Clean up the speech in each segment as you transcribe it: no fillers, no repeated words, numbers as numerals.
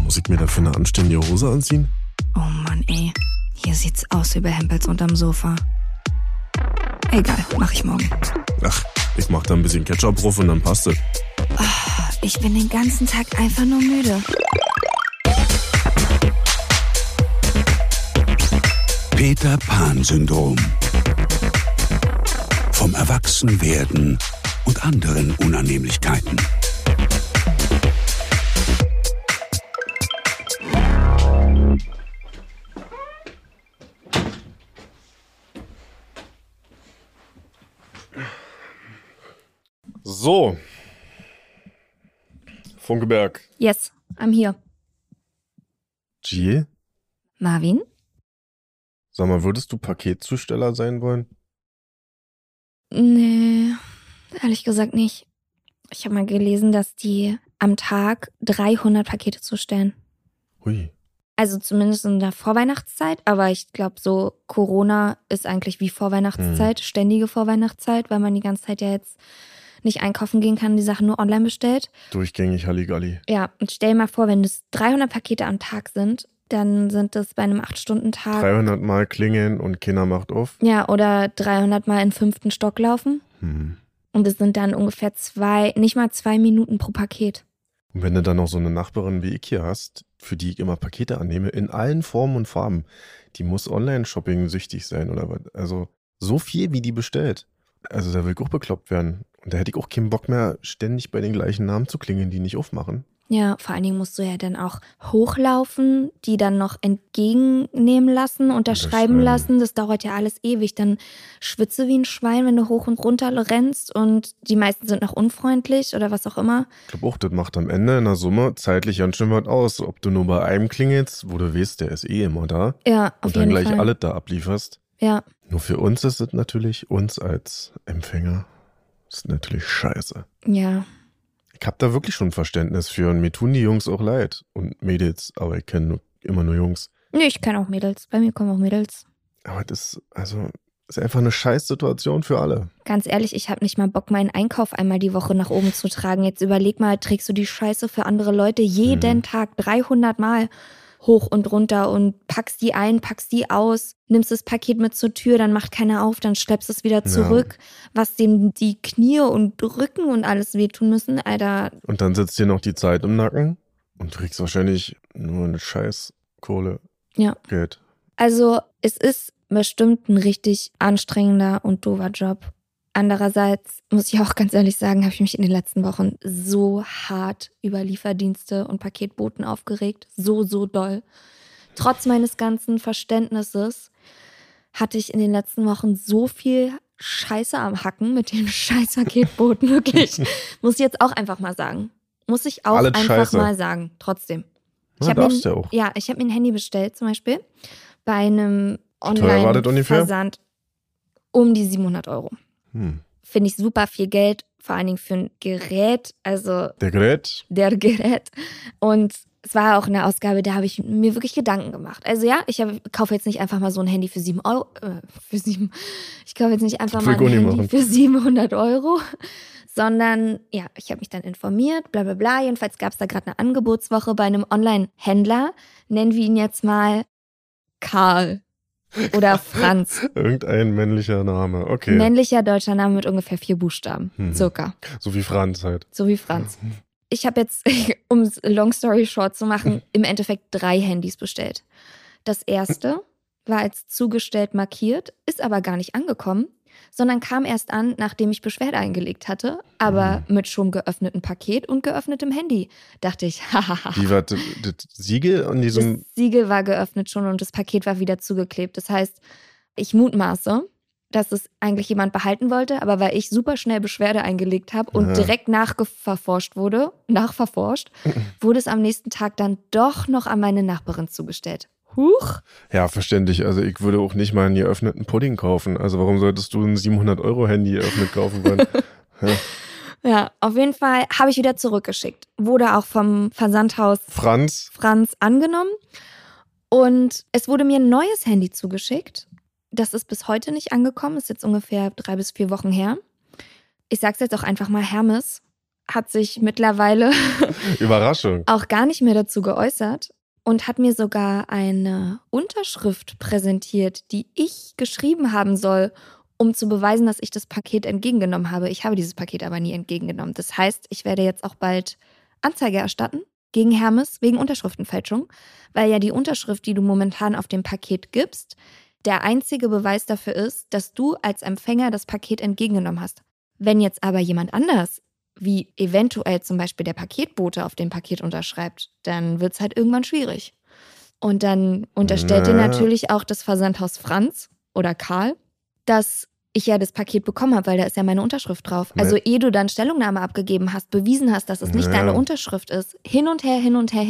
Muss ich mir dafür eine anständige Hose anziehen? Oh Mann, ey. Hier sieht's aus wie bei Hempels unterm Sofa. Egal, mach ich morgen. Ach, ich mach da ein bisschen Ketchup drauf und dann passt es. Oh, ich bin den ganzen Tag einfach nur müde. Peter-Pan-Syndrom. Vom Erwachsenwerden und anderen Unannehmlichkeiten. So. Funkeberg. Yes, I'm here. Jill? Marvin? Sag mal, würdest du Paketzusteller sein wollen? Nee, ehrlich gesagt nicht. Ich habe mal gelesen, dass die am Tag 300 Pakete zustellen. Hui. Also zumindest in der Vorweihnachtszeit, aber ich glaube so Corona ist eigentlich wie Vorweihnachtszeit, ständige Vorweihnachtszeit, weil man die ganze Zeit ja jetzt nicht einkaufen gehen kann, die Sachen nur online bestellt. Durchgängig Halligalli. Ja, und stell dir mal vor, wenn es 300 Pakete am Tag sind, dann sind das bei einem 8-Stunden-Tag. 300 Mal klingeln und keiner macht auf. Ja, oder 300 Mal in den 5. Stock laufen. Und es sind dann ungefähr nicht mal 2 Minuten pro Paket. Und wenn du dann noch so eine Nachbarin wie ich hier hast, für die ich immer Pakete annehme, in allen Formen und Farben, die muss Online-Shopping süchtig sein oder was. Also so viel, wie die bestellt. Also da will ich auch bekloppt werden. Und da hätte ich auch keinen Bock mehr, ständig bei den gleichen Namen zu klingeln, die nicht aufmachen. Ja, vor allen Dingen musst du ja dann auch hochlaufen, die dann noch entgegennehmen lassen, unterschreiben lassen. Das dauert ja alles ewig. Dann schwitze wie ein Schwein, wenn du hoch und runter rennst und die meisten sind noch unfreundlich oder was auch immer. Ich glaube auch, das macht am Ende in der Summe zeitlich ganz schön was aus. Ob du nur bei einem klingelst, wo du weißt, der ist eh immer da. Ja, auf und dann jeden gleich Fall. alles da ablieferst. Ja. Nur für uns ist es natürlich, uns als Empfänger, ist natürlich scheiße. Ja. Ich hab da wirklich schon Verständnis für und mir tun die Jungs auch leid. Und Mädels, aber ich kenne immer nur Jungs. Nee, ich kenne auch Mädels. Bei mir kommen auch Mädels. Aber das ist einfach eine Scheißsituation für alle. Ganz ehrlich, ich habe nicht mal Bock, meinen Einkauf einmal die Woche nach oben zu tragen. Jetzt überleg mal, trägst du die Scheiße für andere Leute jeden Tag 300 Mal hoch und runter und packst die ein, packst die aus, nimmst das Paket mit zur Tür, dann macht keiner auf, dann schleppst es wieder zurück, was dem die Knie und Rücken und alles wehtun müssen, Alter. Und dann sitzt dir noch die Zeit im Nacken und du kriegst wahrscheinlich nur eine Scheißkohle. Ja. Geld. Also es ist bestimmt ein richtig anstrengender und doofer Job. Andererseits muss ich auch ganz ehrlich sagen, habe ich mich in den letzten Wochen so hart über Lieferdienste und Paketboten aufgeregt. So doll. Trotz meines ganzen Verständnisses hatte ich in den letzten Wochen so viel Scheiße am Hacken mit den scheiß Paketboten. Wirklich. Muss ich jetzt auch einfach mal sagen. Muss ich auch Alles einfach Scheiße. mal sagen. Trotzdem. Ich Ja, habe darfst du ja auch. Ja, ich habe mir ein Handy bestellt zum Beispiel bei einem teuer war das ungefähr? Online-Versand um die 700 €. Finde ich super viel Geld, vor allen Dingen für ein Gerät, also Der Gerät? der Gerät. Und es war auch eine Ausgabe, da habe ich mir wirklich Gedanken gemacht. Also ja, ich kaufe jetzt nicht einfach mal so ein Handy für 7 Euro, ich kaufe jetzt nicht einfach mal ein Handy für 700 €, sondern ja, ich habe mich dann informiert, bla bla bla. Jedenfalls gab es da gerade eine Angebotswoche bei einem Online-Händler, nennen wir ihn jetzt mal Karl. Oder Franz. Irgendein männlicher Name, okay. Männlicher deutscher Name mit ungefähr 4 Buchstaben, circa. So wie Franz halt. So wie Franz. Ich habe jetzt, um es long story short zu machen, im Endeffekt 3 Handys bestellt. Das erste war als zugestellt markiert, ist aber gar nicht angekommen, sondern kam erst an, nachdem ich Beschwerde eingelegt hatte, aber mit schon geöffnetem Paket und geöffnetem Handy. Dachte ich, hahaha. Wie war das Siegel an diesem... Das Siegel war geöffnet schon und das Paket war wieder zugeklebt. Das heißt, ich mutmaße, dass es eigentlich jemand behalten wollte, aber weil ich super schnell Beschwerde eingelegt habe und direkt nachverforscht, wurde es am nächsten Tag dann doch noch an meine Nachbarin zugestellt. Huch. Ja, verständlich. Also ich würde auch nicht mal einen geöffneten Pudding kaufen. Also warum solltest du ein 700-€-Handy geöffnet kaufen wollen? Ja, auf jeden Fall habe ich wieder zurückgeschickt. Wurde auch vom Versandhaus Franz angenommen. Und es wurde mir ein neues Handy zugeschickt. Das ist bis heute nicht angekommen. Ist jetzt ungefähr 3 bis 4 Wochen her. Ich sag's jetzt auch einfach mal Hermes. hat sich mittlerweile Überraschung. auch gar nicht mehr dazu geäußert und hat mir sogar eine Unterschrift präsentiert, die ich geschrieben haben soll, um zu beweisen, dass ich das Paket entgegengenommen habe. Ich habe dieses Paket aber nie entgegengenommen. Das heißt, ich werde jetzt auch bald Anzeige erstatten gegen Hermes wegen Unterschriftenfälschung, weil ja die Unterschrift, die du momentan auf dem Paket gibst, der einzige Beweis dafür ist, dass du als Empfänger das Paket entgegengenommen hast. Wenn jetzt aber jemand anders, wie eventuell zum Beispiel der Paketbote auf dem Paket unterschreibt, dann wird es halt irgendwann schwierig. Und dann unterstellt dir natürlich auch das Versandhaus Franz oder Karl, dass ich ja das Paket bekommen habe, weil da ist ja meine Unterschrift drauf. Also ehe du dann Stellungnahme abgegeben hast, bewiesen hast, dass es nicht deine Unterschrift ist, hin und her.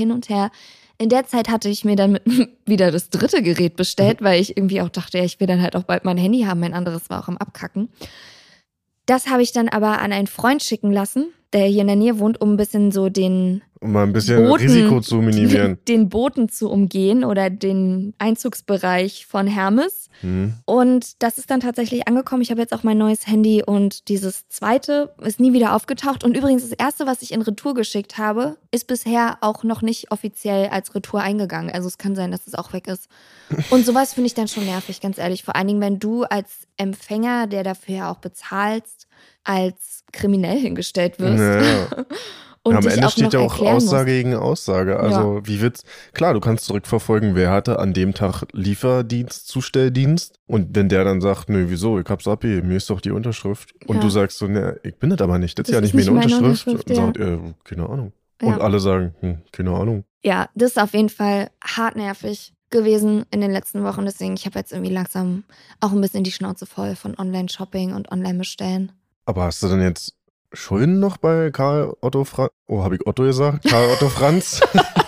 In der Zeit hatte ich mir dann wieder das 3. Gerät bestellt, weil ich irgendwie auch dachte, ja, ich will dann halt auch bald mein Handy haben, mein anderes war auch am Abkacken. Das habe ich dann aber an einen Freund schicken lassen, der hier in der Nähe wohnt, um ein bisschen so den Um mal ein bisschen Risiko zu minimieren. Den Boten zu umgehen oder den Einzugsbereich von Hermes. Und das ist dann tatsächlich angekommen. Ich habe jetzt auch mein neues Handy und dieses zweite ist nie wieder aufgetaucht. Und übrigens das erste, was ich in Retour geschickt habe, ist bisher auch noch nicht offiziell als Retour eingegangen. Also es kann sein, dass es auch weg ist. Und sowas finde ich dann schon nervig, ganz ehrlich. Vor allen Dingen, wenn du als Empfänger, der dafür ja auch bezahlst, als kriminell hingestellt wirst. Ja. Und am Ende auch steht ja noch auch erklären Aussage gegen Aussage. Also wie wird's? Klar, du kannst zurückverfolgen, wer hatte an dem Tag Lieferdienst, Zustelldienst. Und wenn der dann sagt, nö, wieso, ich hab's abgegeben, mir ist doch die Unterschrift. Und du sagst so, ne, ich bin das aber nicht, das ist ja nicht meine Unterschrift. Und sagt, keine Ahnung. Ja. Und alle sagen, keine Ahnung. Ja, das ist auf jeden Fall hartnervig gewesen in den letzten Wochen. Deswegen, ich habe jetzt irgendwie langsam auch ein bisschen die Schnauze voll von Online-Shopping und Online-Bestellen. Aber hast du dann jetzt Schulden noch bei Karl Otto Franz? Oh, habe ich Otto gesagt? Karl Otto Franz?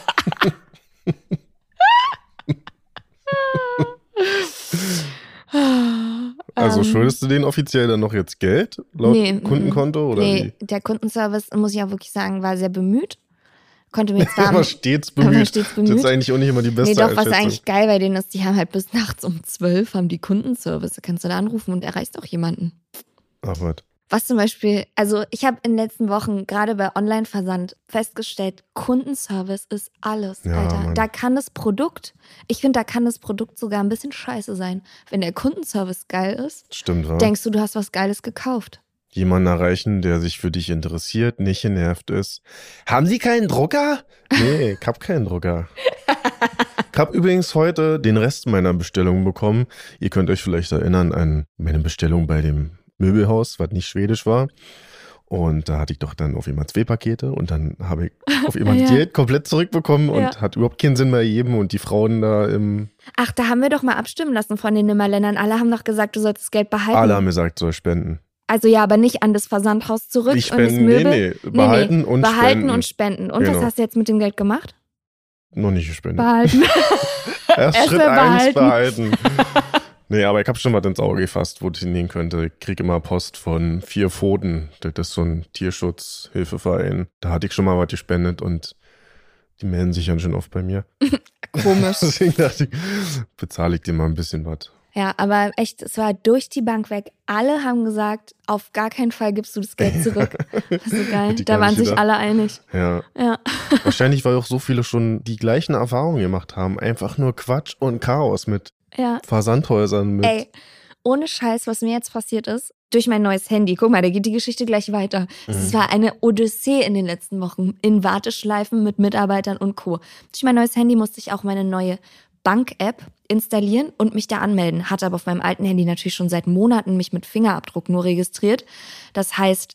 Also schuldest du denen offiziell dann noch jetzt Geld laut Kundenkonto? Oder wie? Der Kundenservice, muss ich auch wirklich sagen, war sehr bemüht. Konnte mir jetzt da aber stets bemüht. Das ist eigentlich auch nicht immer die beste Einschätzung. Was eigentlich geil bei denen ist, die haben halt bis nachts um 12 haben die Kundenservice. Da kannst du da anrufen und erreichst auch jemanden. Ach was. Was zum Beispiel, also ich habe in den letzten Wochen gerade bei Online-Versand festgestellt, Kundenservice ist alles, ja, Alter. Mann. Da kann das Produkt sogar ein bisschen scheiße sein. Wenn der Kundenservice geil ist, stimmt, wa? Denkst du hast was Geiles gekauft. Jemanden erreichen, der sich für dich interessiert, nicht genervt ist. Haben Sie keinen Drucker? Nee, ich hab keinen Drucker. Ich habe übrigens heute den Rest meiner Bestellung bekommen. Ihr könnt euch vielleicht erinnern an meine Bestellung bei dem Möbelhaus, was nicht schwedisch war. Und da hatte ich doch dann auf einmal 2 Pakete und dann habe ich auf einmal Geld komplett zurückbekommen und hat überhaupt keinen Sinn mehr ergeben und die Frauen da im... Ach, da haben wir doch mal abstimmen lassen von den Nimmerländern. Alle haben doch gesagt, du sollst das Geld behalten. Alle haben gesagt, soll spenden. Also ja, aber nicht an das Versandhaus zurück nicht und das spenden, Möbel. Behalten und spenden. Behalten und spenden. Und was hast du jetzt mit dem Geld gemacht? Noch nicht gespendet. Behalten. Erst Schritt 1 behalten. Nee, aber ich habe schon was ins Auge gefasst, wo ich hinnehmen könnte. Ich kriege immer Post von 4 Pfoten. Das ist so ein Tierschutzhilfeverein. Da hatte ich schon mal was gespendet und die melden sich dann schon oft bei mir. Komisch. Deswegen dachte ich, bezahle ich dir mal ein bisschen was. Ja, aber echt, es war durch die Bank weg. Alle haben gesagt, auf gar keinen Fall gibst du das Geld zurück. Das ist so geil. Da waren sich alle einig. Ja. Wahrscheinlich, weil auch so viele schon die gleichen Erfahrungen gemacht haben. Einfach nur Quatsch und Chaos mit Versandhäusern. Ey, ohne Scheiß, was mir jetzt passiert ist, durch mein neues Handy. Guck mal, da geht die Geschichte gleich weiter. Es war eine Odyssee in den letzten Wochen. In Warteschleifen mit Mitarbeitern und Co. Durch mein neues Handy musste ich auch meine neue Bank-App installieren und mich da anmelden. Hatte aber auf meinem alten Handy natürlich schon seit Monaten mich mit Fingerabdruck nur registriert. Das heißt,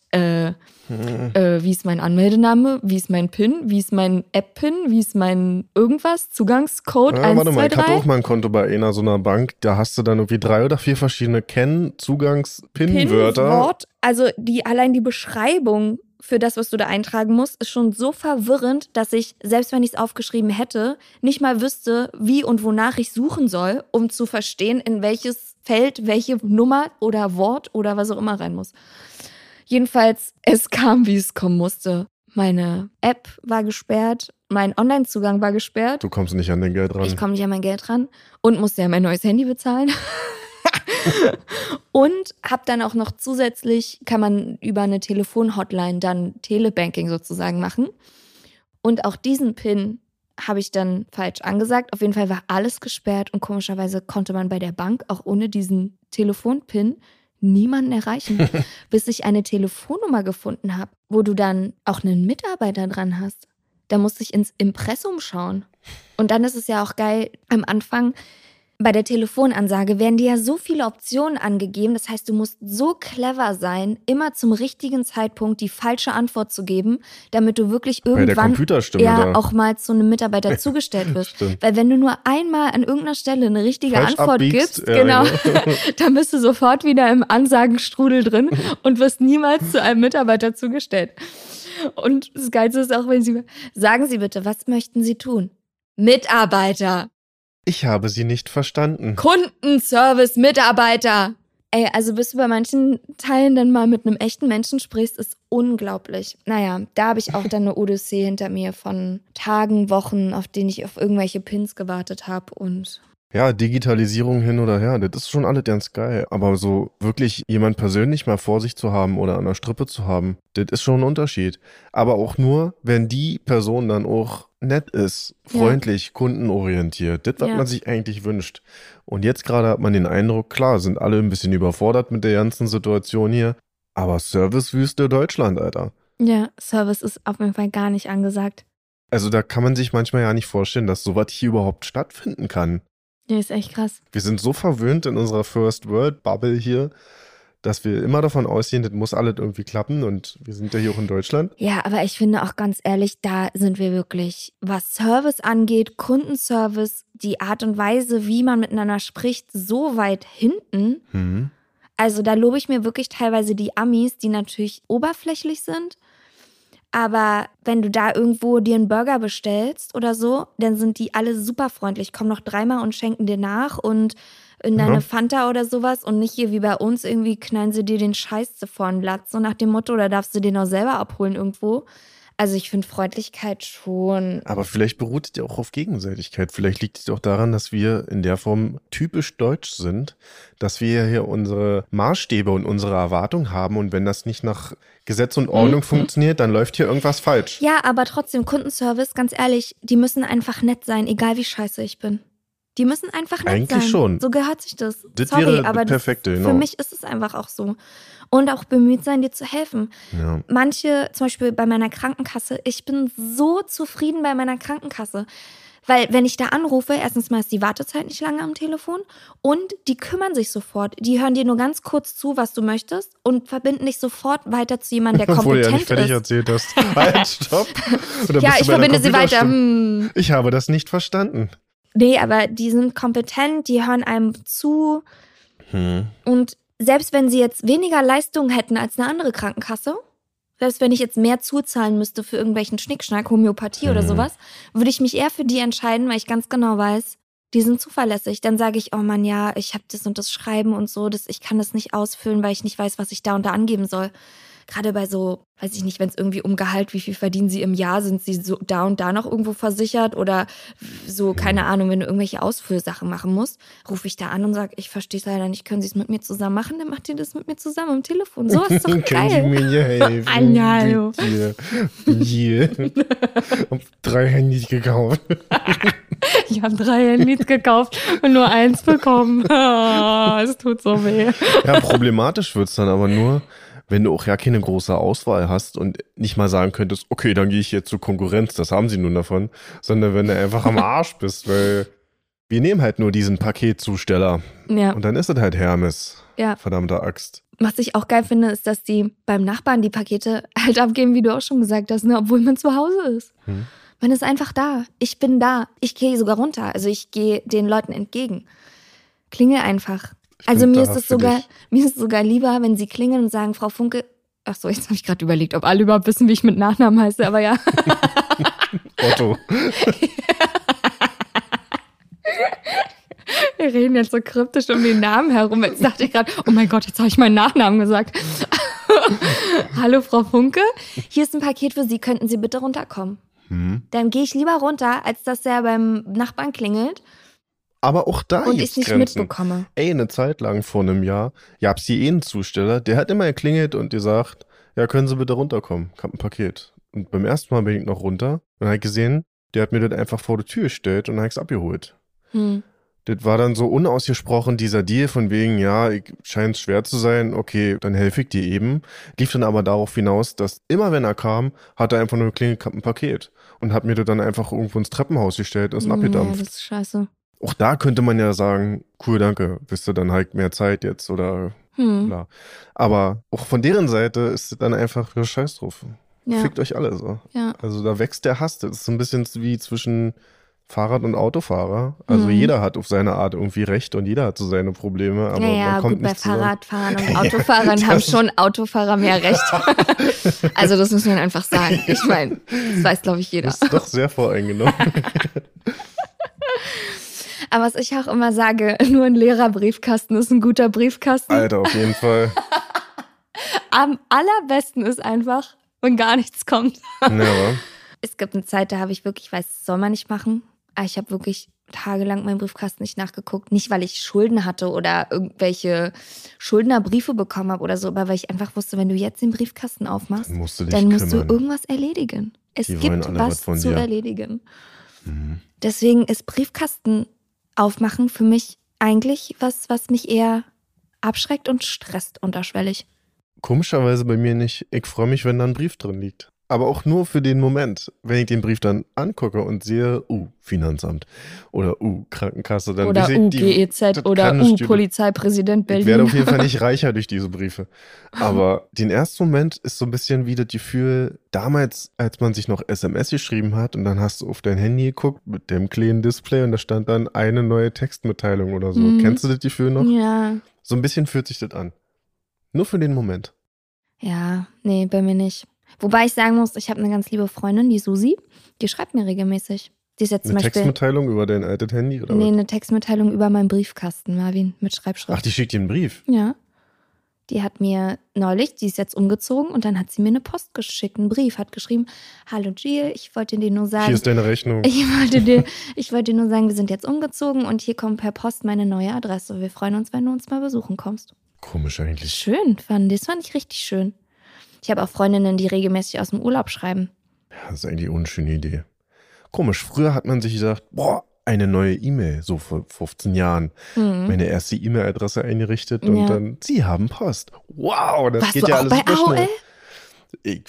wie ist mein Anmeldename, wie ist mein PIN, wie ist mein App-PIN, wie ist mein irgendwas, Zugangscode, 1, warte mal, 2, 3. ich hatte auch mal ein Konto bei einer so einer Bank, da hast du dann irgendwie 3 oder 4 verschiedene Zugangs-PIN-Wörter. Also allein die Beschreibung für das, was du da eintragen musst, ist schon so verwirrend, dass ich, selbst wenn ich es aufgeschrieben hätte, nicht mal wüsste, wie und wonach ich suchen soll, um zu verstehen, in welches Feld welche Nummer oder Wort oder was auch immer rein muss. Jedenfalls, es kam, wie es kommen musste. Meine App war gesperrt, mein Online-Zugang war gesperrt. Du kommst nicht an dein Geld ran. Ich komme nicht an mein Geld ran und musste ja mein neues Handy bezahlen. Und habe dann auch noch zusätzlich, kann man über eine Telefonhotline dann Telebanking sozusagen machen. Und auch diesen PIN habe ich dann falsch angesagt. Auf jeden Fall war alles gesperrt und komischerweise konnte man bei der Bank auch ohne diesen Telefon-PIN niemanden erreichen, bis ich eine Telefonnummer gefunden habe, wo du dann auch einen Mitarbeiter dran hast. Da musste ich ins Impressum schauen. Und dann ist es ja auch geil, am Anfang bei der Telefonansage werden dir ja so viele Optionen angegeben. Das heißt, du musst so clever sein, immer zum richtigen Zeitpunkt die falsche Antwort zu geben, damit du wirklich irgendwann auch mal zu einem Mitarbeiter zugestellt wirst. Stimmt. Weil wenn du nur einmal an irgendeiner Stelle eine richtige Falsch Antwort abbiegst, gibst, genau, dann bist du sofort wieder im Ansagenstrudel drin und wirst niemals zu einem Mitarbeiter zugestellt. Und das Geilste ist auch, wenn sie sagen Sie bitte, was möchten Sie tun? Mitarbeiter. Ich habe Sie nicht verstanden. Kundenservice-Mitarbeiter. Ey, also bis du bei manchen Teilen dann mal mit einem echten Menschen sprichst, ist unglaublich. Naja, da habe ich auch dann eine Odyssee hinter mir von Tagen, Wochen, auf denen ich auf irgendwelche Pins gewartet habe und... Ja, Digitalisierung hin oder her, das ist schon alles ganz geil. Aber so wirklich jemand persönlich mal vor sich zu haben oder an der Strippe zu haben, das ist schon ein Unterschied. Aber auch nur, wenn die Person dann auch nett ist, freundlich, kundenorientiert. Das, was man sich eigentlich wünscht. Und jetzt gerade hat man den Eindruck, klar, sind alle ein bisschen überfordert mit der ganzen Situation hier. Aber Servicewüste Deutschland, Alter. Ja, Service ist auf jeden Fall gar nicht angesagt. Also da kann man sich manchmal ja nicht vorstellen, dass sowas hier überhaupt stattfinden kann. Ja, ist echt krass. Wir sind so verwöhnt in unserer First World Bubble hier, dass wir immer davon ausgehen, das muss alles irgendwie klappen und wir sind ja hier auch in Deutschland. Ja, aber ich finde auch ganz ehrlich, da sind wir wirklich, was Service angeht, Kundenservice, die Art und Weise, wie man miteinander spricht, so weit hinten. Mhm. Also da lobe ich mir wirklich teilweise die Amis, die natürlich oberflächlich sind. Aber wenn du da irgendwo dir einen Burger bestellst oder so, dann sind die alle super freundlich, kommen noch 3-mal und schenken dir nach und in deine Fanta oder sowas und nicht hier wie bei uns irgendwie knallen sie dir den Scheiß vor den Latz, so nach dem Motto, oder darfst du den auch selber abholen irgendwo. Also ich finde Freundlichkeit schon. Aber vielleicht beruht es ja auch auf Gegenseitigkeit. Vielleicht liegt es auch daran, dass wir in der Form typisch deutsch sind, dass wir hier unsere Maßstäbe und unsere Erwartungen haben und wenn das nicht nach Gesetz und Ordnung funktioniert, dann läuft hier irgendwas falsch. Ja, aber trotzdem, Kundenservice, ganz ehrlich, die müssen einfach nett sein, egal wie scheiße ich bin. Die müssen einfach nett Eigentlich sein. schon. So gehört sich das. Das Sorry, wäre aber das Perfekte, für genau. mich ist es einfach auch so. Und auch bemüht sein, dir zu helfen. Ja. Manche, zum Beispiel bei meiner Krankenkasse, ich bin so zufrieden bei meiner Krankenkasse. Weil wenn ich da anrufe, erstens mal ist die Wartezeit nicht lange am Telefon und die kümmern sich sofort. Die hören dir nur ganz kurz zu, was du möchtest und verbinden dich sofort weiter zu jemandem, der kompetent ist. Obwohl du ja nicht fertig erzählt hast. Halt, stopp. Oder ja, bist du ich bei der verbinde sie weiter. Computerstimme? Ich habe das nicht verstanden. Nee, aber die sind kompetent, die hören einem zu. Und selbst wenn sie jetzt weniger Leistung hätten als eine andere Krankenkasse, selbst wenn ich jetzt mehr zuzahlen müsste für irgendwelchen Schnickschnack, Homöopathie oder sowas, würde ich mich eher für die entscheiden, weil ich ganz genau weiß, die sind zuverlässig. Dann sage ich, oh Mann, ja, ich habe das und das Schreiben und so, ich kann das nicht ausfüllen, weil ich nicht weiß, was ich da und da angeben soll. Gerade bei so, weiß ich nicht, wenn es irgendwie um Gehalt, wie viel verdienen sie im Jahr, sind sie so da und da noch irgendwo versichert oder so, keine Ahnung, wenn du irgendwelche Ausfüllsachen machen musst, rufe ich da an und sage, ich verstehe es leider nicht, können Sie es mit mir zusammen machen? Dann macht ihr das mit mir zusammen am Telefon. So ist doch geil. Können Sie mir hier helfen? Ja, Hier. Hab 3 Handys gekauft. Ich habe 3 Handys gekauft und nur 1 bekommen. Es tut so weh. Ja, problematisch wird's dann aber nur, wenn du auch ja keine große Auswahl hast und nicht mal sagen könntest, okay, dann gehe ich jetzt zur Konkurrenz, das haben sie nun davon, sondern wenn du einfach am Arsch bist, weil wir nehmen halt nur diesen Paketzusteller. Ja. Und dann ist es halt Hermes. Ja. Verdammte Axt. Was ich auch geil finde, ist, dass die beim Nachbarn die Pakete halt abgeben, wie du auch schon gesagt hast, ne? Obwohl man zu Hause ist. Man ist einfach da. Ich bin da. Ich gehe sogar runter. Also ich gehe den Leuten entgegen. Klingel einfach. Also mir ist es sogar lieber, wenn sie klingeln und sagen, Frau Funke, ach so, jetzt habe ich gerade überlegt, ob alle überhaupt wissen, wie ich mit Nachnamen heiße, aber ja. Otto. Wir reden jetzt so kryptisch um den Namen herum. Jetzt dachte ich gerade, oh mein Gott, jetzt habe ich meinen Nachnamen gesagt. Hallo Frau Funke, hier ist ein Paket für Sie, könnten Sie bitte runterkommen? Dann gehe ich lieber runter, als dass er beim Nachbarn klingelt. Aber auch da Und ich gibt's es nicht Grenzen. mitbekomme. Ey, eine Zeit lang vor einem Jahr gab's hier einen Zusteller, der hat immer geklingelt und gesagt, ja, können Sie bitte runterkommen, ich hab ein Paket. Und beim ersten Mal bin ich noch runter und hab gesehen, der hat mir das einfach vor die Tür gestellt und hab ich's abgeholt. Das war dann so unausgesprochen, dieser Deal von wegen, ja, scheint schwer zu sein, okay, dann helfe ich dir eben. Lief dann aber darauf hinaus, dass immer wenn er kam, hat er einfach nur geklingelt, ich hab ein Paket. Und hat mir das dann einfach irgendwo ins Treppenhaus gestellt und ist Ja, abgedampft. das ist scheiße. Auch da könnte man ja sagen, cool, danke, wisst ihr, dann halt mehr Zeit jetzt oder bla. Aber auch von deren Seite ist es dann einfach, ja, scheiß drauf. Ja. Fickt euch alle so. Ja. Also da wächst der Hass. Das ist so ein bisschen wie zwischen Fahrrad- und Autofahrer. Also jeder hat auf seine Art irgendwie Recht und jeder hat so seine Probleme, aber Naja, man kommt gut, bei nicht zusammen. Fahrradfahrern und Autofahrern haben schon Autofahrer mehr Recht. Also das muss man einfach sagen. Ich meine, das weiß, glaube ich, jeder. Das ist doch sehr voreingenommen. Aber was ich auch immer sage, nur ein leerer Briefkasten ist ein guter Briefkasten. Alter, auf jeden Fall. Am allerbesten ist einfach, wenn gar nichts kommt. Ja, wa? Es gibt eine Zeit, da habe ich wirklich, ich weiß, das soll man nicht machen, aber ich habe wirklich tagelang meinen Briefkasten nicht nachgeguckt. Nicht, weil ich Schulden hatte oder irgendwelche Schuldnerbriefe bekommen habe oder so, aber weil ich einfach wusste, wenn du jetzt den Briefkasten aufmachst, Dann musst du dich dann musst kümmern. du irgendwas erledigen. Es Die wollen gibt alle was was von zu dir. erledigen. Deswegen ist Briefkasten aufmachen für mich eigentlich was mich eher abschreckt und stresst unterschwellig. Komischerweise bei mir nicht. Ich freue mich, wenn da ein Brief drin liegt. Aber auch nur für den Moment. Wenn ich den Brief dann angucke und sehe, Finanzamt oder Krankenkasse, dann Oder weiß ich, GEZ das oder kann nicht über- Polizeipräsident Berlin. Ich werde auf jeden Fall nicht reicher durch diese Briefe. Aber den ersten Moment ist so ein bisschen wie das Gefühl, damals, als man sich noch SMS geschrieben hat und dann hast du auf dein Handy geguckt mit dem kleinen Display und da stand dann eine neue Textmitteilung oder so. Kennst du das Gefühl noch? Ja. So ein bisschen fühlt sich das an. Nur für den Moment. Ja, nee, bei mir nicht. Wobei ich sagen muss, ich habe eine ganz liebe Freundin, die Susi, die schreibt mir regelmäßig. Die ist jetzt zum Eine Beispiel Textmitteilung über dein altes Handy oder was? eine Textmitteilung über meinen Briefkasten, Marvin, mit Schreibschrift. Ach, die schickt dir einen Brief. Ja. Die hat mir neulich, die ist jetzt umgezogen und dann hat sie mir eine Post geschickt, einen Brief, hat geschrieben, hallo Jill, ich wollte dir nur sagen, Hier ist deine Rechnung. ich wollte dir nur sagen, wir sind jetzt umgezogen und hier kommt per Post meine neue Adresse. Wir freuen uns, wenn du uns mal besuchen kommst. Komisch eigentlich. Schön, das fand ich richtig schön. Ich habe auch Freundinnen, die regelmäßig aus dem Urlaub schreiben. Ja, das ist eigentlich eine unschöne Idee. Komisch, früher hat man sich gesagt, boah, eine neue E-Mail, so vor 15 Jahren. Meine erste E-Mail-Adresse eingerichtet und Ja. dann, Sie haben Post. Wow, das Warst geht du ja auch alles bei super AOL? schnell. Ich,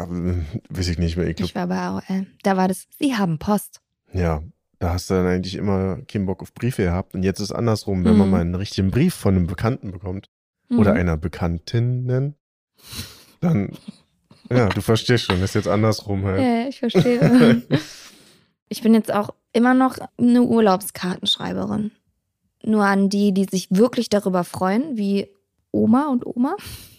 weiß ich nicht mehr. Ich glaub, Ich war bei AOL. Da war das, Sie haben Post. ja, da hast du dann eigentlich immer keinen Bock auf Briefe gehabt. Und jetzt ist es andersrum, wenn man mal einen richtigen Brief von einem Bekannten bekommt oder einer Bekanntinnen, dann, ja, du verstehst schon, ist jetzt andersrum halt. Ja, ich verstehe. Ich bin jetzt auch immer noch eine Urlaubskartenschreiberin. Nur an die, die sich wirklich darüber freuen, wie Oma und Oma.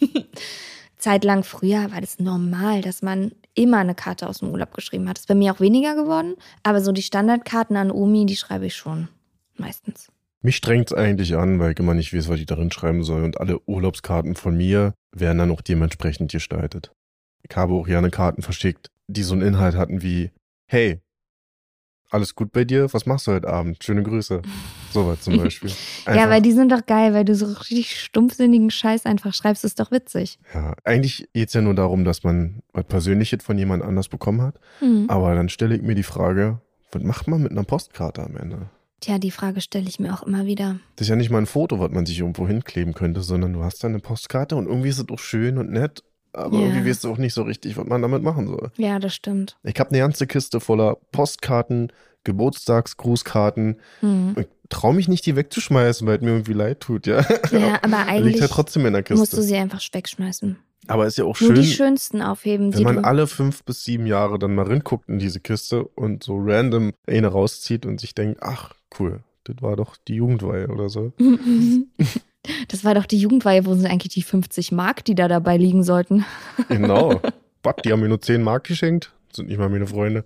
Zeitlang früher war das normal, dass man immer eine Karte aus dem Urlaub geschrieben hat. Das ist bei mir auch weniger geworden, aber so die Standardkarten an Omi, die schreibe ich schon. Meistens. Mich strengt es eigentlich an, weil ich immer nicht weiß, was ich darin schreiben soll. Und alle Urlaubskarten von mir werden dann auch dementsprechend gestaltet. Ich habe auch gerne Karten verschickt, die so einen Inhalt hatten wie, hey, alles gut bei dir? Was machst du heute Abend? Schöne Grüße. Sowas zum Beispiel. Ja, weil die sind doch geil, weil du so richtig stumpfsinnigen Scheiß einfach schreibst, ist doch witzig. Ja, eigentlich geht es ja nur darum, dass man was Persönliches von jemand anders bekommen hat. Aber dann stelle ich mir die Frage, was macht man mit einer Postkarte am Ende? Tja, die Frage stelle ich mir auch immer wieder. Das ist ja nicht mal ein Foto, was man sich irgendwo hinkleben könnte, sondern du hast da eine Postkarte und irgendwie ist es auch schön und nett, aber Ja. irgendwie weißt du auch nicht so richtig, was man damit machen soll. Ja, das stimmt. Ich habe eine ganze Kiste voller Postkarten, Geburtstagsgrußkarten. Ich traue mich nicht, die wegzuschmeißen, weil es mir irgendwie leid tut, ja. Ja, aber Liegt eigentlich halt trotzdem in der Kiste. musst du sie einfach wegschmeißen. Aber ist ja auch Nur schön, die schönsten aufheben, wenn die man du... alle 5 bis 7 Jahre dann mal reinguckt in diese Kiste und so random eine rauszieht und sich denkt, ach, cool, das war doch die Jugendweihe oder so. Das war doch die Jugendweihe, wo sind eigentlich die 50 Mark, die da dabei liegen sollten? Genau. Was, die haben mir nur 10 Mark geschenkt? Sind nicht mal meine Freunde.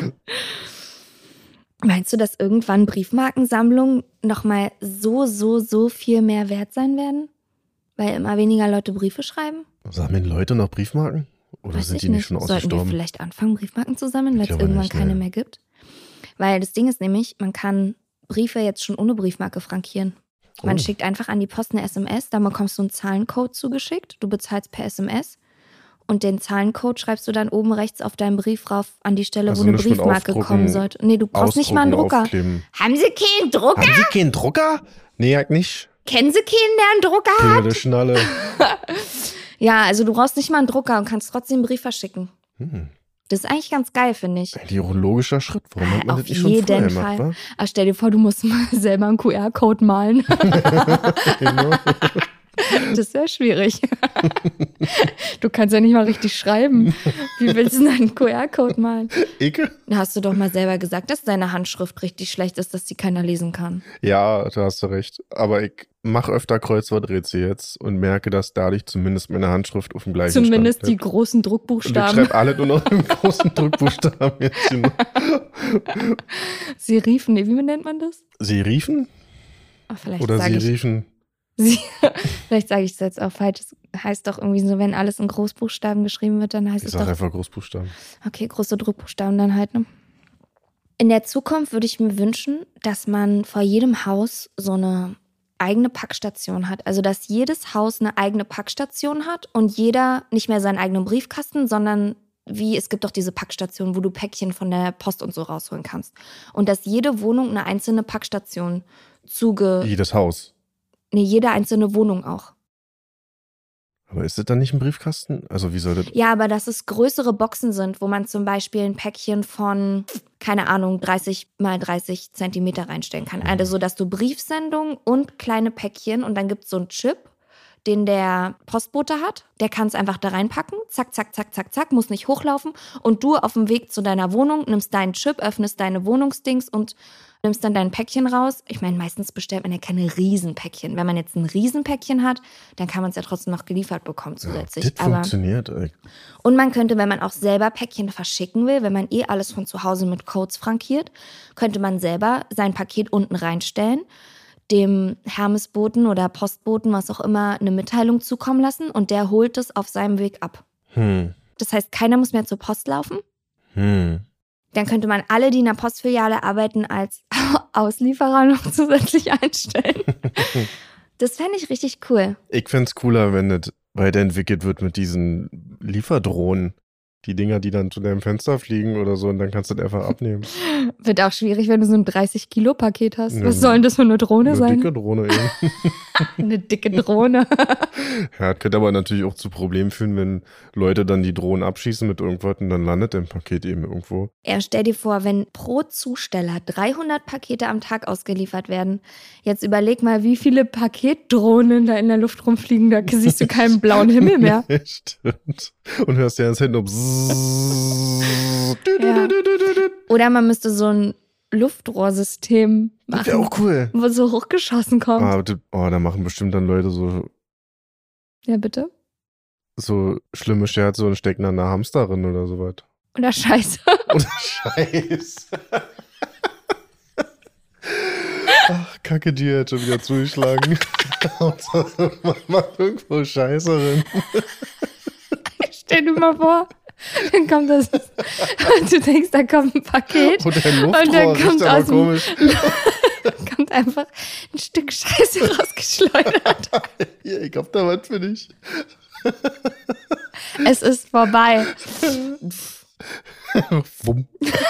Meinst du, dass irgendwann Briefmarkensammlungen nochmal so viel mehr wert sein werden? Weil immer weniger Leute Briefe schreiben? Sammeln Leute noch Briefmarken? Oder Weiß sind ich die nicht schon Sollten wir ausgestorben? vielleicht anfangen, Briefmarken zu sammeln, weil es glaube irgendwann nicht, keine nee. mehr gibt? Weil das Ding ist nämlich, man kann Briefe jetzt schon ohne Briefmarke frankieren. Man schickt einfach an die Post eine SMS, dann bekommst du einen Zahlencode zugeschickt, du bezahlst per SMS und den Zahlencode schreibst du dann oben rechts auf deinen Brief rauf an die Stelle, Also wo eine nicht mit Briefmarke aufdrucken, kommen sollte. Nee, du brauchst nicht mal einen Drucker. Aufkleben. Haben Sie keinen Drucker? Haben Sie keinen Drucker? Nee, halt nicht. Kennen Sie keinen, der einen Drucker hat? Klingel der Schnalle. Ja, also du brauchst nicht mal einen Drucker und kannst trotzdem einen Brief verschicken. Das ist eigentlich ganz geil, finde ich. Eigentlich auch ein logischer Schritt. Warum hat man Auf das nicht schon jeden vorher Fall. gemacht, Ach, stell dir vor, du musst mal selber einen QR-Code malen. wa? Genau. Das wäre schwierig. Du kannst ja nicht mal richtig schreiben. Wie willst du denn einen QR-Code malen? Ecke? Da hast du doch mal selber gesagt, dass deine Handschrift richtig schlecht ist, dass die keiner lesen kann. Ja, da hast du recht. Aber ich mache öfter Kreuzworträtsel jetzt und merke, dass dadurch zumindest meine Handschrift auf dem gleichen Zumindest Stand die bleibt. großen Und ich Druckbuchstaben. schreibe alle nur noch im großen Druckbuchstaben jetzt. Genau. Serifen, nee, wie nennt man das? Serifen? Ach, vielleicht Oder sage ich Serifen? Vielleicht sage ich es jetzt auch falsch. Es heißt doch irgendwie so, wenn alles in Großbuchstaben geschrieben wird, dann heißt Ich es sage doch, einfach Großbuchstaben. okay, große Druckbuchstaben dann halt. Ne? In der Zukunft würde ich mir wünschen, dass man vor jedem Haus so eine eigene Packstation hat. Also, dass jedes Haus eine eigene Packstation hat und jeder nicht mehr seinen eigenen Briefkasten, sondern es gibt doch diese Packstation, wo du Päckchen von der Post und so rausholen kannst. Und dass jede Wohnung eine einzelne Packstation Jedes Haus. Nee, jede einzelne Wohnung auch. Aber ist das dann nicht ein Briefkasten? Also wie soll das? Ja, aber dass es größere Boxen sind, wo man zum Beispiel ein Päckchen von, keine Ahnung, 30 mal 30 Zentimeter reinstellen kann. Also so, dass du Briefsendungen und kleine Päckchen und dann gibt es so einen Chip, den der Postbote hat. Der kann es einfach da reinpacken. Zack, zack, zack, zack, zack, muss nicht hochlaufen. Und du auf dem Weg zu deiner Wohnung nimmst deinen Chip, öffnest deine Wohnungsdings und nimmst dann dein Päckchen raus. Ich meine, meistens bestellt man ja keine Riesenpäckchen. Wenn man jetzt ein Riesenpäckchen hat, dann kann man es ja trotzdem noch geliefert bekommen zusätzlich. Das funktioniert. Ey. Und man könnte, wenn man auch selber Päckchen verschicken will, wenn man alles von zu Hause mit Codes frankiert, könnte man selber sein Paket unten reinstellen, dem Hermesboten oder Postboten, was auch immer, eine Mitteilung zukommen lassen und der holt es auf seinem Weg ab. Das heißt, keiner muss mehr zur Post laufen. Dann könnte man alle, die in der Postfiliale arbeiten, als Auslieferer noch zusätzlich einstellen. Das fände ich richtig cool. Ich fände es cooler, wenn das weiterentwickelt wird mit diesen Lieferdrohnen. Die Dinger, die dann zu deinem Fenster fliegen oder so und dann kannst du das einfach abnehmen. Wird auch schwierig, wenn du so ein 30-Kilo-Paket hast. Ja, Was soll denn das für eine Drohne Eine sein? dicke Drohne eben. Eine dicke Drohne. Ja, das könnte aber natürlich auch zu Problemen führen, wenn Leute dann die Drohnen abschießen mit irgendwas und dann landet dein Paket eben irgendwo. Ja, stell dir vor, wenn pro Zusteller 300 Pakete am Tag ausgeliefert werden. Jetzt überleg mal, wie viele Paketdrohnen da in der Luft rumfliegen. Da siehst du keinen blauen Himmel mehr. Stimmt. Und hörst ja das Handy um. Ja. Oder man müsste so ein Luftrohrsystem Das machen, wäre auch cool. wo so hochgeschossen kommt. Da machen bestimmt dann Leute Ja, bitte? so schlimme Scherze und stecken dann eine Hamsterin oder sowas. Oder Scheiße. Oder Scheiß. Ach, Kacke, die hat schon wieder zugeschlagen. Man macht irgendwo Scheiße drin. Stell dir mal vor, dann kommt das und du denkst, da kommt ein Paket Und der und dann Luftrohr kommt riecht aber aus dem komisch. kommt einfach ein Stück Scheiße rausgeschleudert. Hier, ich hab da was für dich. Es ist vorbei. Wumm.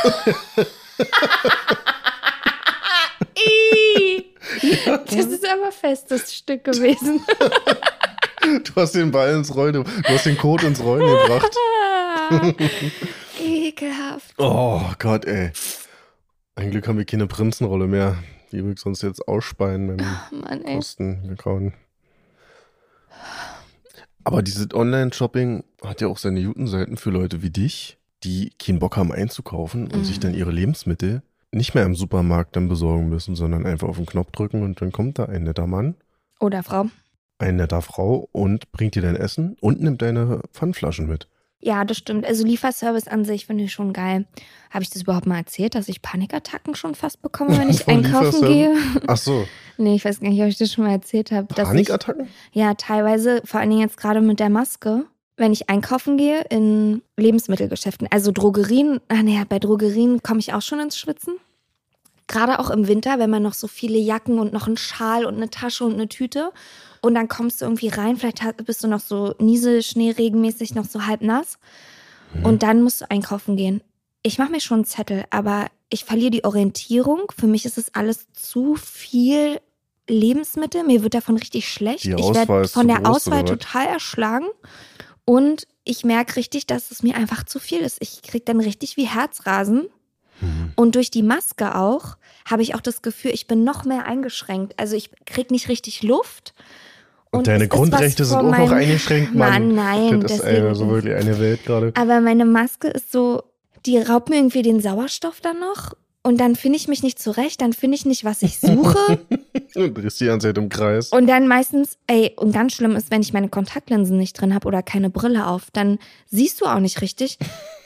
Das ist aber festes Stück gewesen. Du hast den Ball ins Rollen, du hast den Code ins Rollen gebracht. Ekelhaft. Oh Gott, ey. Ein Glück haben wir keine Prinzenrolle mehr. Die würde ich sonst jetzt ausspeien beim Mann, ey. Kosten-Account. Aber dieses Online-Shopping hat ja auch seine guten Seiten für Leute wie dich, die keinen Bock haben einzukaufen und sich dann ihre Lebensmittel nicht mehr im Supermarkt dann besorgen müssen, sondern einfach auf den Knopf drücken und dann kommt da ein netter Mann, Oder Frau. eine netter Frau und bringt dir dein Essen und nimmt deine Pfandflaschen mit. Ja, das stimmt. Also Lieferservice an sich finde ich schon geil. Habe ich das überhaupt mal erzählt, dass ich Panikattacken schon fast bekomme, wenn ich Von einkaufen gehe? Ach so, Nee, ich weiß gar nicht, ob ich das schon mal erzählt habe. dass Panikattacken? Ja, teilweise, vor allen Dingen jetzt gerade mit der Maske, wenn ich einkaufen gehe in Lebensmittelgeschäften, also Drogerien, bei Drogerien komme ich auch schon ins Schwitzen. Gerade auch im Winter, wenn man noch so viele Jacken und noch einen Schal und eine Tasche und eine Tüte und dann kommst du irgendwie rein, vielleicht bist du noch so Nieselschneeregenmäßig noch so halb nass und dann musst du einkaufen gehen. Ich mache mir schon einen Zettel, aber ich verliere die Orientierung. Für mich ist es alles zu viel Lebensmittel. Mir wird davon richtig schlecht. Die Ich Auswahl werde ist von zu der groß, Auswahl oder was? total erschlagen und ich merke richtig, dass es mir einfach zu viel ist. Ich kriege dann richtig wie Herzrasen. Und durch die Maske auch habe ich auch das Gefühl, ich bin noch mehr eingeschränkt. Also ich kriege nicht richtig Luft. Und deine es ist was Grundrechte sind von auch noch meinem- eingeschränkt, Mann. Nein, Das ist deswegen so nicht. wirklich eine Welt gerade. Aber meine Maske ist so, die raubt mir irgendwie den Sauerstoff dann noch. Und dann finde ich mich nicht zurecht, dann finde ich nicht, was ich suche. Und drehst die ganze Zeit im Kreis. Und dann meistens, und ganz schlimm ist, wenn ich meine Kontaktlinsen nicht drin habe oder keine Brille auf, dann siehst du auch nicht richtig.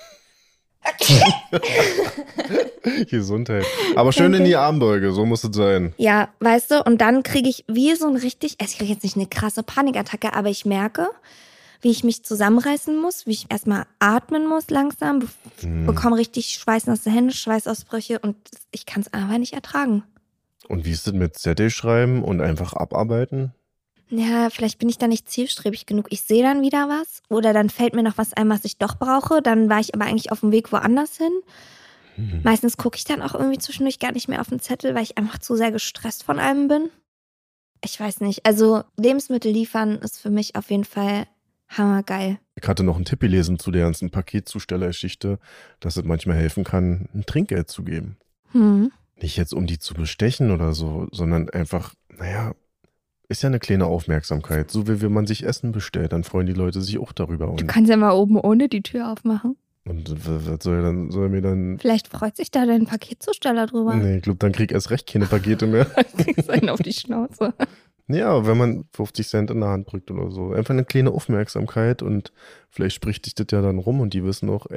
Gesundheit. Aber schön in die Armbeuge, so muss es sein. Ja, weißt du, und dann kriege ich wie so ein richtig, ich kriege jetzt nicht eine krasse Panikattacke, aber ich merke, wie ich mich zusammenreißen muss, wie ich erstmal atmen muss langsam, bekomme richtig schweißnasse Hände, Schweißausbrüche und ich kann es einfach nicht ertragen. Und wie ist das mit Zettel schreiben und einfach abarbeiten? Ja, vielleicht bin ich da nicht zielstrebig genug. Ich sehe dann wieder was oder dann fällt mir noch was ein, was ich doch brauche. Dann war ich aber eigentlich auf dem Weg woanders hin. Meistens gucke ich dann auch irgendwie zwischendurch gar nicht mehr auf den Zettel, weil ich einfach zu sehr gestresst von allem bin. Ich weiß nicht. Also Lebensmittel liefern ist für mich auf jeden Fall hammergeil. Ich hatte noch einen Tipp gelesen zu der ganzen Paketzustellergeschichte, dass es manchmal helfen kann, ein Trinkgeld zu geben. Nicht jetzt, um die zu bestechen oder so, sondern einfach, ist ja eine kleine Aufmerksamkeit. So wie wenn man sich Essen bestellt, dann freuen die Leute sich auch darüber. Du kannst ja mal oben ohne die Tür aufmachen. Und was soll mir dann... Vielleicht freut sich da dein Paketzusteller drüber. Nee, ich glaube, dann krieg ich erst recht keine Pakete mehr. Kriegst einen auf die Schnauze. Ja, wenn man 50 Cent in der Hand drückt oder so. Einfach eine kleine Aufmerksamkeit und vielleicht spricht dich das ja dann rum und die wissen auch,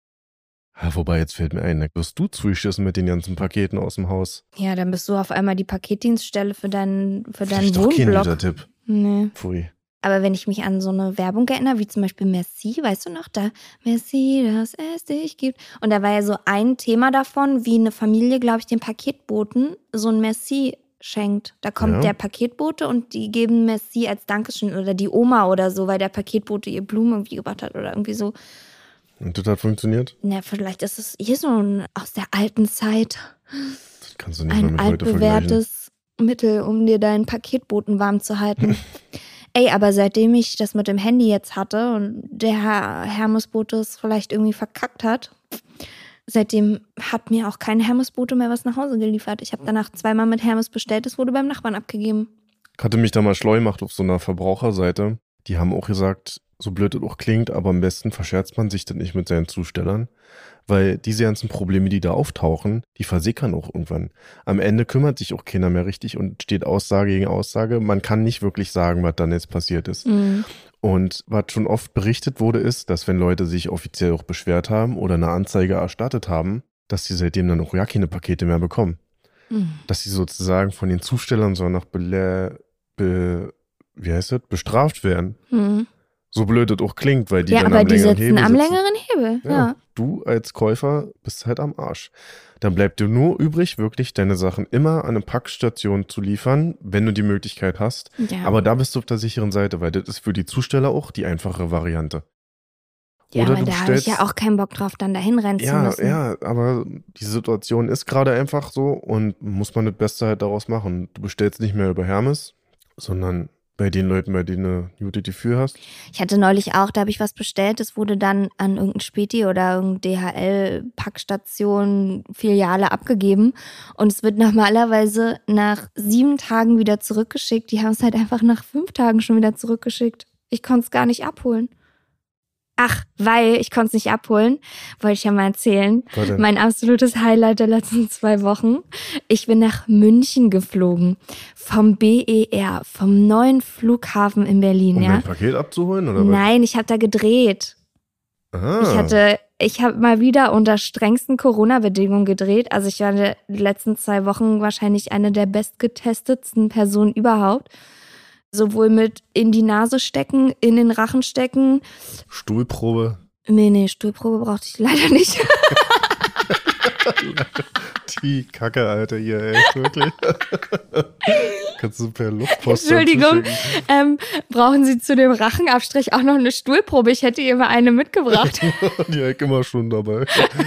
wobei, jetzt fällt mir ein, da wirst du zugeschissen mit den ganzen Paketen aus dem Haus. Ja, dann bist du auf einmal die Paketdienststelle für deinen Vielleicht doch kein Wohnblock. guter Tipp. Nee. Pfui. Aber wenn ich mich an so eine Werbung erinnere, wie zum Beispiel Merci, weißt du noch, da Merci, dass es dich gibt. Und da war ja so ein Thema davon, wie eine Familie, glaube ich, den Paketboten so ein Merci schenkt. Da kommt der Paketbote und die geben Merci als Dankeschön oder die Oma oder so, weil der Paketbote ihr Blumen irgendwie gebracht hat oder irgendwie so. Und das hat funktioniert? Na, vielleicht ist es hier so ein aus der alten Zeit. Das kannst du nicht mal Ein mit heute vergleichen. altbewährtes Mittel, um dir deinen Paketboten warm zu halten. Aber seitdem ich das mit dem Handy jetzt hatte und der Hermesbote es vielleicht irgendwie verkackt hat, seitdem hat mir auch kein Hermesbote mehr was nach Hause geliefert. Ich habe danach 2-mal mit Hermes bestellt, es wurde beim Nachbarn abgegeben. Ich hatte mich da mal schlau gemacht auf so einer Verbraucherseite. Die haben auch gesagt, so blöd das auch klingt, aber am besten verscherzt man sich das nicht mit seinen Zustellern, weil diese ganzen Probleme, die da auftauchen, die versickern auch irgendwann. Am Ende kümmert sich auch keiner mehr richtig und steht Aussage gegen Aussage. Man kann nicht wirklich sagen, was dann jetzt passiert ist. Und was schon oft berichtet wurde, ist, dass wenn Leute sich offiziell auch beschwert haben oder eine Anzeige erstattet haben, dass sie seitdem dann auch keine Pakete mehr bekommen. Dass sie sozusagen von den Zustellern so noch bestraft werden. So blöd das auch klingt, weil die dann aber am die längeren sitzen Hebel am sitzen. längeren Hebel. Ja. Du als Käufer bist halt am Arsch. Dann bleibt dir nur übrig, wirklich deine Sachen immer an eine Packstation zu liefern, wenn du die Möglichkeit hast. Ja. Aber da bist du auf der sicheren Seite, weil das ist für die Zusteller auch die einfache Variante. Ja, Oder aber du da habe ich bestellst- ja auch keinen Bock drauf, dann dahin rennen zu müssen. Ja, aber die Situation ist gerade einfach so und muss man das Beste halt daraus machen. Du bestellst nicht mehr über Hermes, sondern bei den Leuten, bei denen du eine gute Gefühl hast. Ich hatte neulich auch, da habe ich was bestellt, das wurde dann an irgendein Späti oder irgendeine DHL-Packstation, Filiale abgegeben und es wird normalerweise nach 7 Tagen wieder zurückgeschickt. Die haben es halt einfach nach 5 Tagen schon wieder zurückgeschickt. Ich konnte es gar nicht abholen. Ach, weil ich konnte es nicht abholen, wollte ich ja mal erzählen. Was denn? Mein absolutes Highlight der letzten 2 Wochen. Ich bin nach München geflogen. Vom BER, vom neuen Flughafen in Berlin, Um ja. dein Paket abzuholen, oder was? Nein, ich habe da gedreht. Ah. Ich habe mal wieder unter strengsten Corona-Bedingungen gedreht. Also ich war die letzten 2 Wochen wahrscheinlich eine der bestgetestetsten Personen überhaupt. Sowohl mit in die Nase stecken, in den Rachen stecken. Stuhlprobe. Nee, Stuhlprobe brauchte ich leider nicht. Wie Kacke, Alter, hier, ey, wirklich. Kannst du per Luftpost Entschuldigung, brauchen Sie zu dem Rachenabstrich auch noch eine Stuhlprobe? Ich hätte ihr mal eine mitgebracht. Die Ecke immer schon dabei.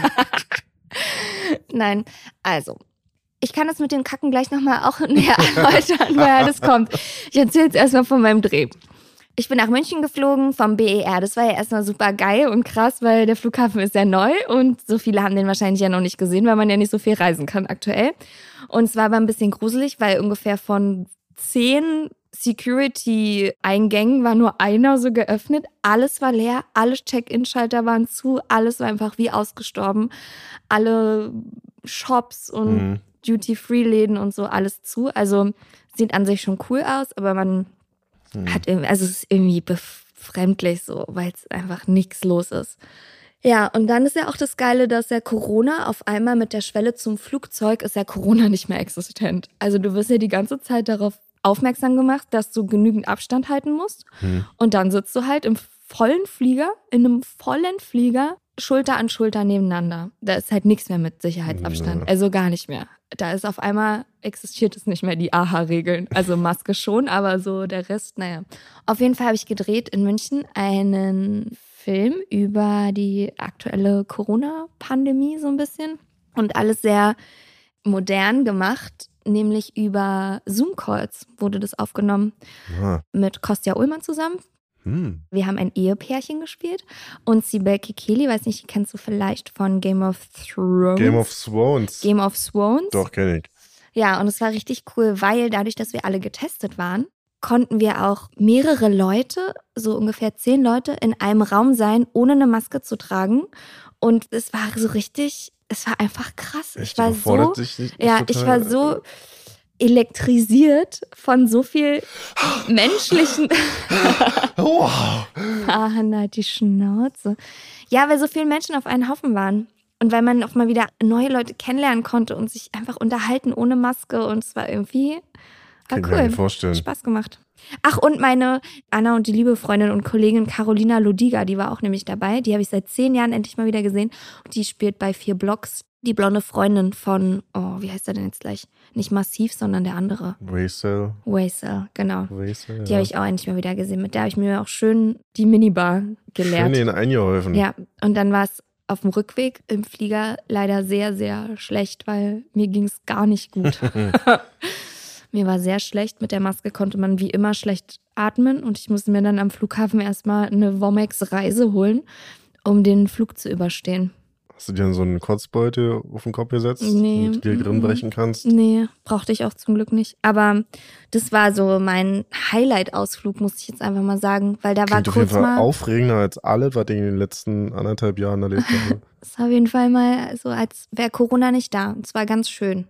Nein, also, ich kann das mit dem Kacken gleich nochmal auch näher erläutern, woher das kommt. Ich erzähle jetzt erstmal von meinem Dreh. Ich bin nach München geflogen vom BER. Das war ja erstmal super geil und krass, weil der Flughafen ist ja neu und so viele haben den wahrscheinlich ja noch nicht gesehen, weil man ja nicht so viel reisen kann aktuell. Und es war aber ein bisschen gruselig, weil ungefähr von 10 Security-Eingängen war nur einer so geöffnet. Alles war leer, alle Check-in-Schalter waren zu, alles war einfach wie ausgestorben. Alle Shops und Duty-Free-Läden und so, alles zu. Also sieht an sich schon cool aus, aber man hat irgendwie, also es ist irgendwie befremdlich so, weil es einfach nichts los ist. Ja, und dann ist ja auch das Geile, dass ja Corona auf einmal mit der Schwelle zum Flugzeug ist ja Corona nicht mehr existent. Also du wirst ja die ganze Zeit darauf aufmerksam gemacht, dass du genügend Abstand halten musst. Und dann sitzt du halt in einem vollen Flieger, Schulter an Schulter nebeneinander. Da ist halt nichts mehr mit Sicherheitsabstand. Also gar nicht mehr. Da ist auf einmal, existiert es nicht mehr, die AHA-Regeln. Also Maske schon, aber so der Rest, naja. Auf jeden Fall habe ich gedreht in München einen Film über die aktuelle Corona-Pandemie so ein bisschen. Und alles sehr modern gemacht, nämlich über Zoom-Calls wurde das aufgenommen. Mit Kostja Ullmann zusammen. Wir haben ein Ehepärchen gespielt und Sibel Kekeli, weiß nicht, die kennst du vielleicht von Game of Thrones. Game of Thrones? Doch, kenn ich. Ja, und es war richtig cool, weil dadurch, dass wir alle getestet waren, konnten wir auch mehrere Leute, so ungefähr 10 Leute, in einem Raum sein, ohne eine Maske zu tragen. Und es war so richtig, es war einfach krass. Ich war so elektrisiert von so viel menschlichen halt die Schnauze. Ja, weil so viele Menschen auf einen Haufen waren. Und weil man auch mal wieder neue Leute kennenlernen konnte und sich einfach unterhalten ohne Maske. Und es war irgendwie cool. Kann ich mir vorstellen. Hat Spaß gemacht. Ach, und meine Anna und die liebe Freundin und Kollegin Carolina Lodiga, die war auch nämlich dabei. Die habe ich seit 10 Jahren endlich mal wieder gesehen. Und die spielt bei 4 Blocks. Die blonde Freundin von, wie heißt er denn jetzt gleich? Nicht Massiv, sondern der andere. Waisel, genau. Die Die habe ich auch endlich mal wieder gesehen. Mit der habe ich mir auch schön die Minibar gelehrt. Schön den eingeholfen. Ja, und dann war es auf dem Rückweg im Flieger leider sehr, sehr schlecht, weil mir ging es gar nicht gut. Mir war sehr schlecht. Mit der Maske konnte man wie immer schlecht atmen und ich musste mir dann am Flughafen erstmal eine Womex-Reise holen, um den Flug zu überstehen. Hast du dir dann so einen Kotzbeutel auf den Kopf gesetzt, nee, damit du dir drin brechen kannst? Nee, brauchte ich auch zum Glück nicht. Aber das war so mein Highlight-Ausflug, muss ich jetzt einfach mal sagen. Weil da Klingt war auf jeden kurz Fall mal aufregender als alles, was ich in den letzten 1,5 Jahren erlebt habe. Das ist auf jeden Fall mal so, als wäre Corona nicht da. Und es war ganz schön.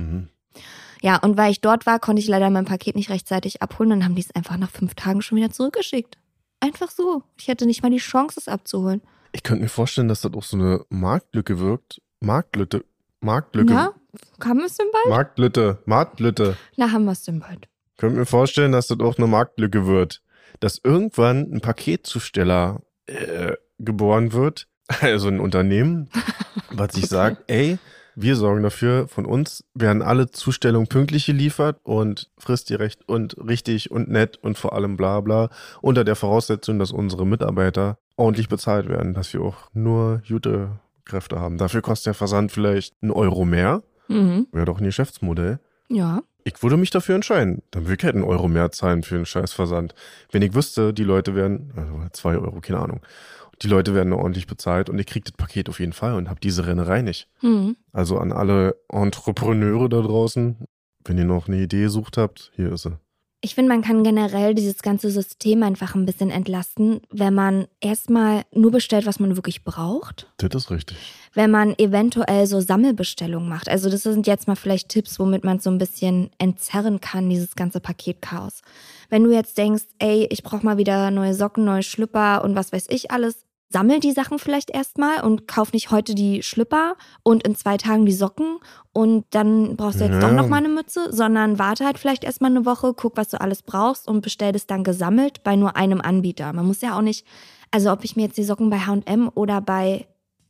Ja, und weil ich dort war, konnte ich leider mein Paket nicht rechtzeitig abholen. Dann haben die es einfach nach 5 Tagen schon wieder zurückgeschickt. Einfach so. Ich hatte nicht mal die Chance, es abzuholen. Ich könnte mir vorstellen, dass das auch so eine Marktlücke wirkt. Marktlücke. Na, haben wir es denn bald? Marktlücke. Na, haben wir es denn bald? Ich könnte mir vorstellen, dass das auch eine Marktlücke wird. Dass irgendwann ein Paketzusteller geboren wird, also ein Unternehmen, was sich sagt, ey, wir sorgen dafür, von uns werden alle Zustellungen pünktlich geliefert und fristgerecht und richtig und nett und vor allem bla bla, unter der Voraussetzung, dass unsere Mitarbeiter ordentlich bezahlt werden, dass wir auch nur gute Kräfte haben. Dafür kostet der Versand vielleicht 1 Euro mehr. Wäre doch ein Geschäftsmodell. Ja. Ich würde mich dafür entscheiden. Dann würde ich halt 1 Euro mehr zahlen für einen scheiß Versand. Wenn ich wüsste, die Leute werden, also 2 Euro, keine Ahnung, die Leute werden ordentlich bezahlt und ich kriege das Paket auf jeden Fall und habe diese Rennerei nicht. Also an alle Entrepreneure da draußen, wenn ihr noch eine Idee gesucht habt, hier ist sie. Ich finde, man kann generell dieses ganze System einfach ein bisschen entlasten, wenn man erstmal nur bestellt, was man wirklich braucht. Das ist richtig. Wenn man eventuell so Sammelbestellungen macht. Also das sind jetzt mal vielleicht Tipps, womit man so ein bisschen entzerren kann, dieses ganze Paketchaos. Wenn du jetzt denkst, ey, ich brauche mal wieder neue Socken, neue Schlüpper und was weiß ich alles, sammel die Sachen vielleicht erstmal und kauf nicht heute die Schlüpper und in 2 Tagen die Socken und dann brauchst du jetzt doch noch mal eine Mütze, sondern warte halt vielleicht erstmal eine Woche, guck, was du alles brauchst und bestell das dann gesammelt bei nur einem Anbieter. Man muss ja auch nicht, also ob ich mir jetzt die Socken bei H&M oder bei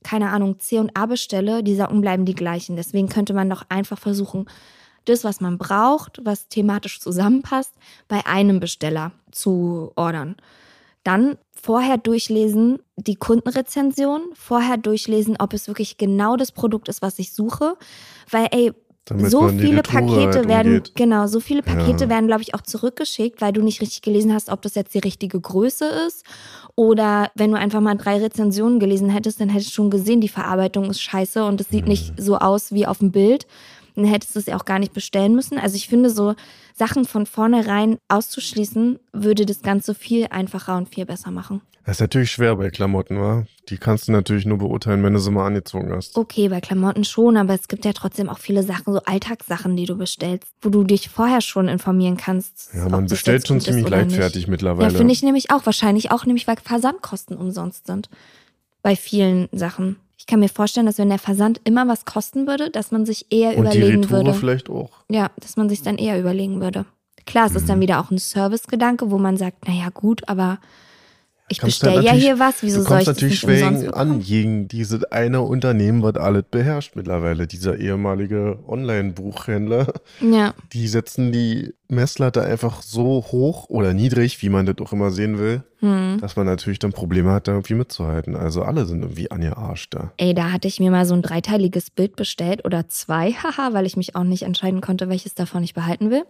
keine Ahnung, C&A bestelle, die Socken bleiben die gleichen. Deswegen könnte man doch einfach versuchen, das, was man braucht, was thematisch zusammenpasst, bei einem Besteller zu ordern. Dann vorher durchlesen die Kundenrezension, vorher durchlesen, ob es wirklich genau das Produkt ist, was ich suche. Weil, Damit so man die viele Retoure Pakete halt werden, umgeht. genau, so viele Pakete Ja. werden, glaube ich, auch zurückgeschickt, weil du nicht richtig gelesen hast, ob das jetzt die richtige Größe ist. Oder wenn du einfach mal 3 Rezensionen gelesen hättest, dann hättest du schon gesehen, die Verarbeitung ist scheiße und es sieht nicht so aus wie auf dem Bild. Dann hättest du es ja auch gar nicht bestellen müssen. Also ich finde, so Sachen von vornherein auszuschließen, würde das Ganze viel einfacher und viel besser machen. Das ist natürlich schwer bei Klamotten, wa? Die kannst du natürlich nur beurteilen, wenn du sie mal angezogen hast. Okay, bei Klamotten schon, aber es gibt ja trotzdem auch viele Sachen, so Alltagssachen, die du bestellst, wo du dich vorher schon informieren kannst. Ja, ob man das bestellt jetzt schon gut ist ziemlich oder leichtfertig nicht. mittlerweile. Ja, finde ich nämlich auch. Wahrscheinlich auch, nämlich weil Versandkosten umsonst sind. Bei vielen Sachen. Ich kann mir vorstellen, dass wenn der Versand immer was kosten würde, dass man sich eher Und die überlegen Retoure würde. vielleicht auch. Ja, dass man sich dann eher überlegen würde. Klar, es ist dann wieder auch ein Servicegedanke, wo man sagt, naja gut, aber ich Kommst bestelle halt ja natürlich- hier was, wieso Du soll ich kommst das natürlich nicht umsonst schwer bekommen? an gegen dieses eine Unternehmen, was alles beherrscht mittlerweile. Dieser ehemalige Online-Buchhändler. Ja, Die setzen die Messlatte einfach so hoch oder niedrig, wie man das auch immer sehen will, dass man natürlich dann Probleme hat, da irgendwie mitzuhalten. Also alle sind irgendwie angearscht da. da hatte ich mir mal so ein 3-teiliges Bild bestellt oder 2, haha, weil ich mich auch nicht entscheiden konnte, welches davon ich behalten will.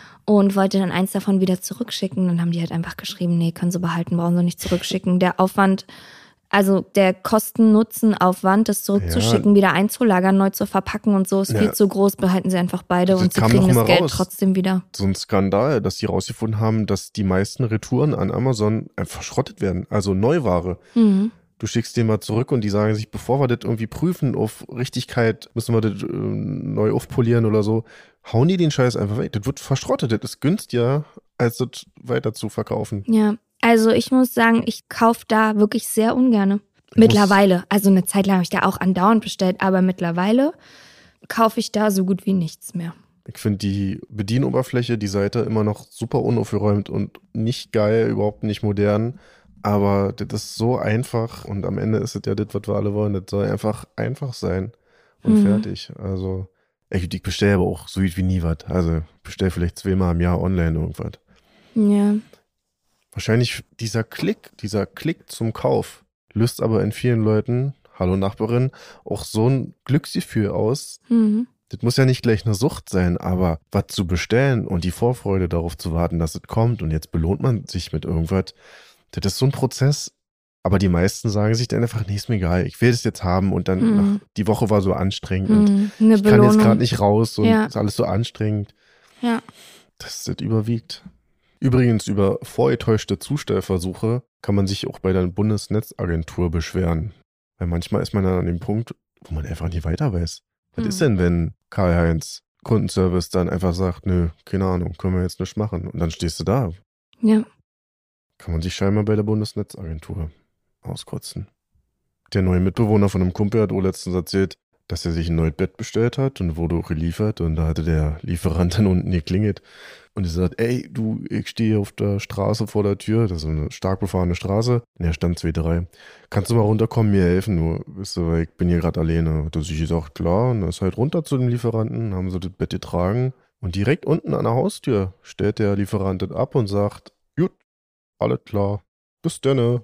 Und wollte dann eins davon wieder zurückschicken. Dann haben die halt einfach geschrieben, nee, können sie behalten, brauchen sie nicht zurückschicken. Der Aufwand, also der Kosten-Nutzen-Aufwand, das zurückzuschicken, wieder einzulagern, neu zu verpacken und so, ist Ja. viel zu groß, behalten sie einfach beide Das und sie kam kriegen doch das mal Geld raus. trotzdem wieder. So ein Skandal, dass die rausgefunden haben, dass die meisten Retouren an Amazon verschrottet werden. Also Neuware. Du schickst den mal zurück und die sagen sich, bevor wir das irgendwie prüfen auf Richtigkeit, müssen wir das neu aufpolieren oder so, hauen die den Scheiß einfach weg. Das wird verschrottet. Das ist günstiger, als das weiter zu verkaufen. Ja, also ich muss sagen, ich kaufe da wirklich sehr ungerne. Mittlerweile. Also eine Zeit lang habe ich da auch andauernd bestellt, aber mittlerweile kaufe ich da so gut wie nichts mehr. Ich finde die Bedienoberfläche, die Seite immer noch super unaufgeräumt und nicht geil, überhaupt nicht modern. Aber das ist so einfach und am Ende ist es ja das, was wir alle wollen. Das soll einfach sein und fertig. Also ich bestelle aber auch so wie nie was. Also bestelle vielleicht 2-mal im Jahr online irgendwas. Ja. Wahrscheinlich dieser Klick zum Kauf löst aber in vielen Leuten, hallo Nachbarin, auch so ein Glücksgefühl aus. Das muss ja nicht gleich eine Sucht sein, aber was zu bestellen und die Vorfreude darauf zu warten, dass es kommt und jetzt belohnt man sich mit irgendwas, das ist so ein Prozess. Aber die meisten sagen sich dann einfach, nee, ist mir egal, ich will das jetzt haben und dann, die Woche war so anstrengend und Eine ich kann jetzt Belohnung. gerade nicht raus und Ja. ist alles so anstrengend. Ja. Das überwiegt. Übrigens, über vorgetäuschte Zustellversuche kann man sich auch bei der Bundesnetzagentur beschweren. Weil manchmal ist man dann an dem Punkt, wo man einfach nicht weiter weiß. Was ist denn, wenn Karl-Heinz Kundenservice dann einfach sagt, nö, keine Ahnung, können wir jetzt nicht machen. Und dann stehst du da. Ja. Kann man sich scheinbar bei der Bundesnetzagentur auskotzen. Der neue Mitbewohner von einem Kumpel hat letztens erzählt, dass er sich ein neues Bett bestellt hat und wurde auch geliefert und da hatte der Lieferant dann unten geklingelt und er sagt, ey, du, ich stehe auf der Straße vor der Tür, das ist eine stark befahrene Straße, und er stand 2-3. Kannst du mal runterkommen, mir helfen, nur, weißt du, weil ich bin hier gerade alleine. Hat er sich gesagt, klar, und er ist halt runter zu dem Lieferanten, haben sie das Bett getragen und direkt unten an der Haustür stellt der Lieferant das ab und sagt, gut, alles klar, bis denne.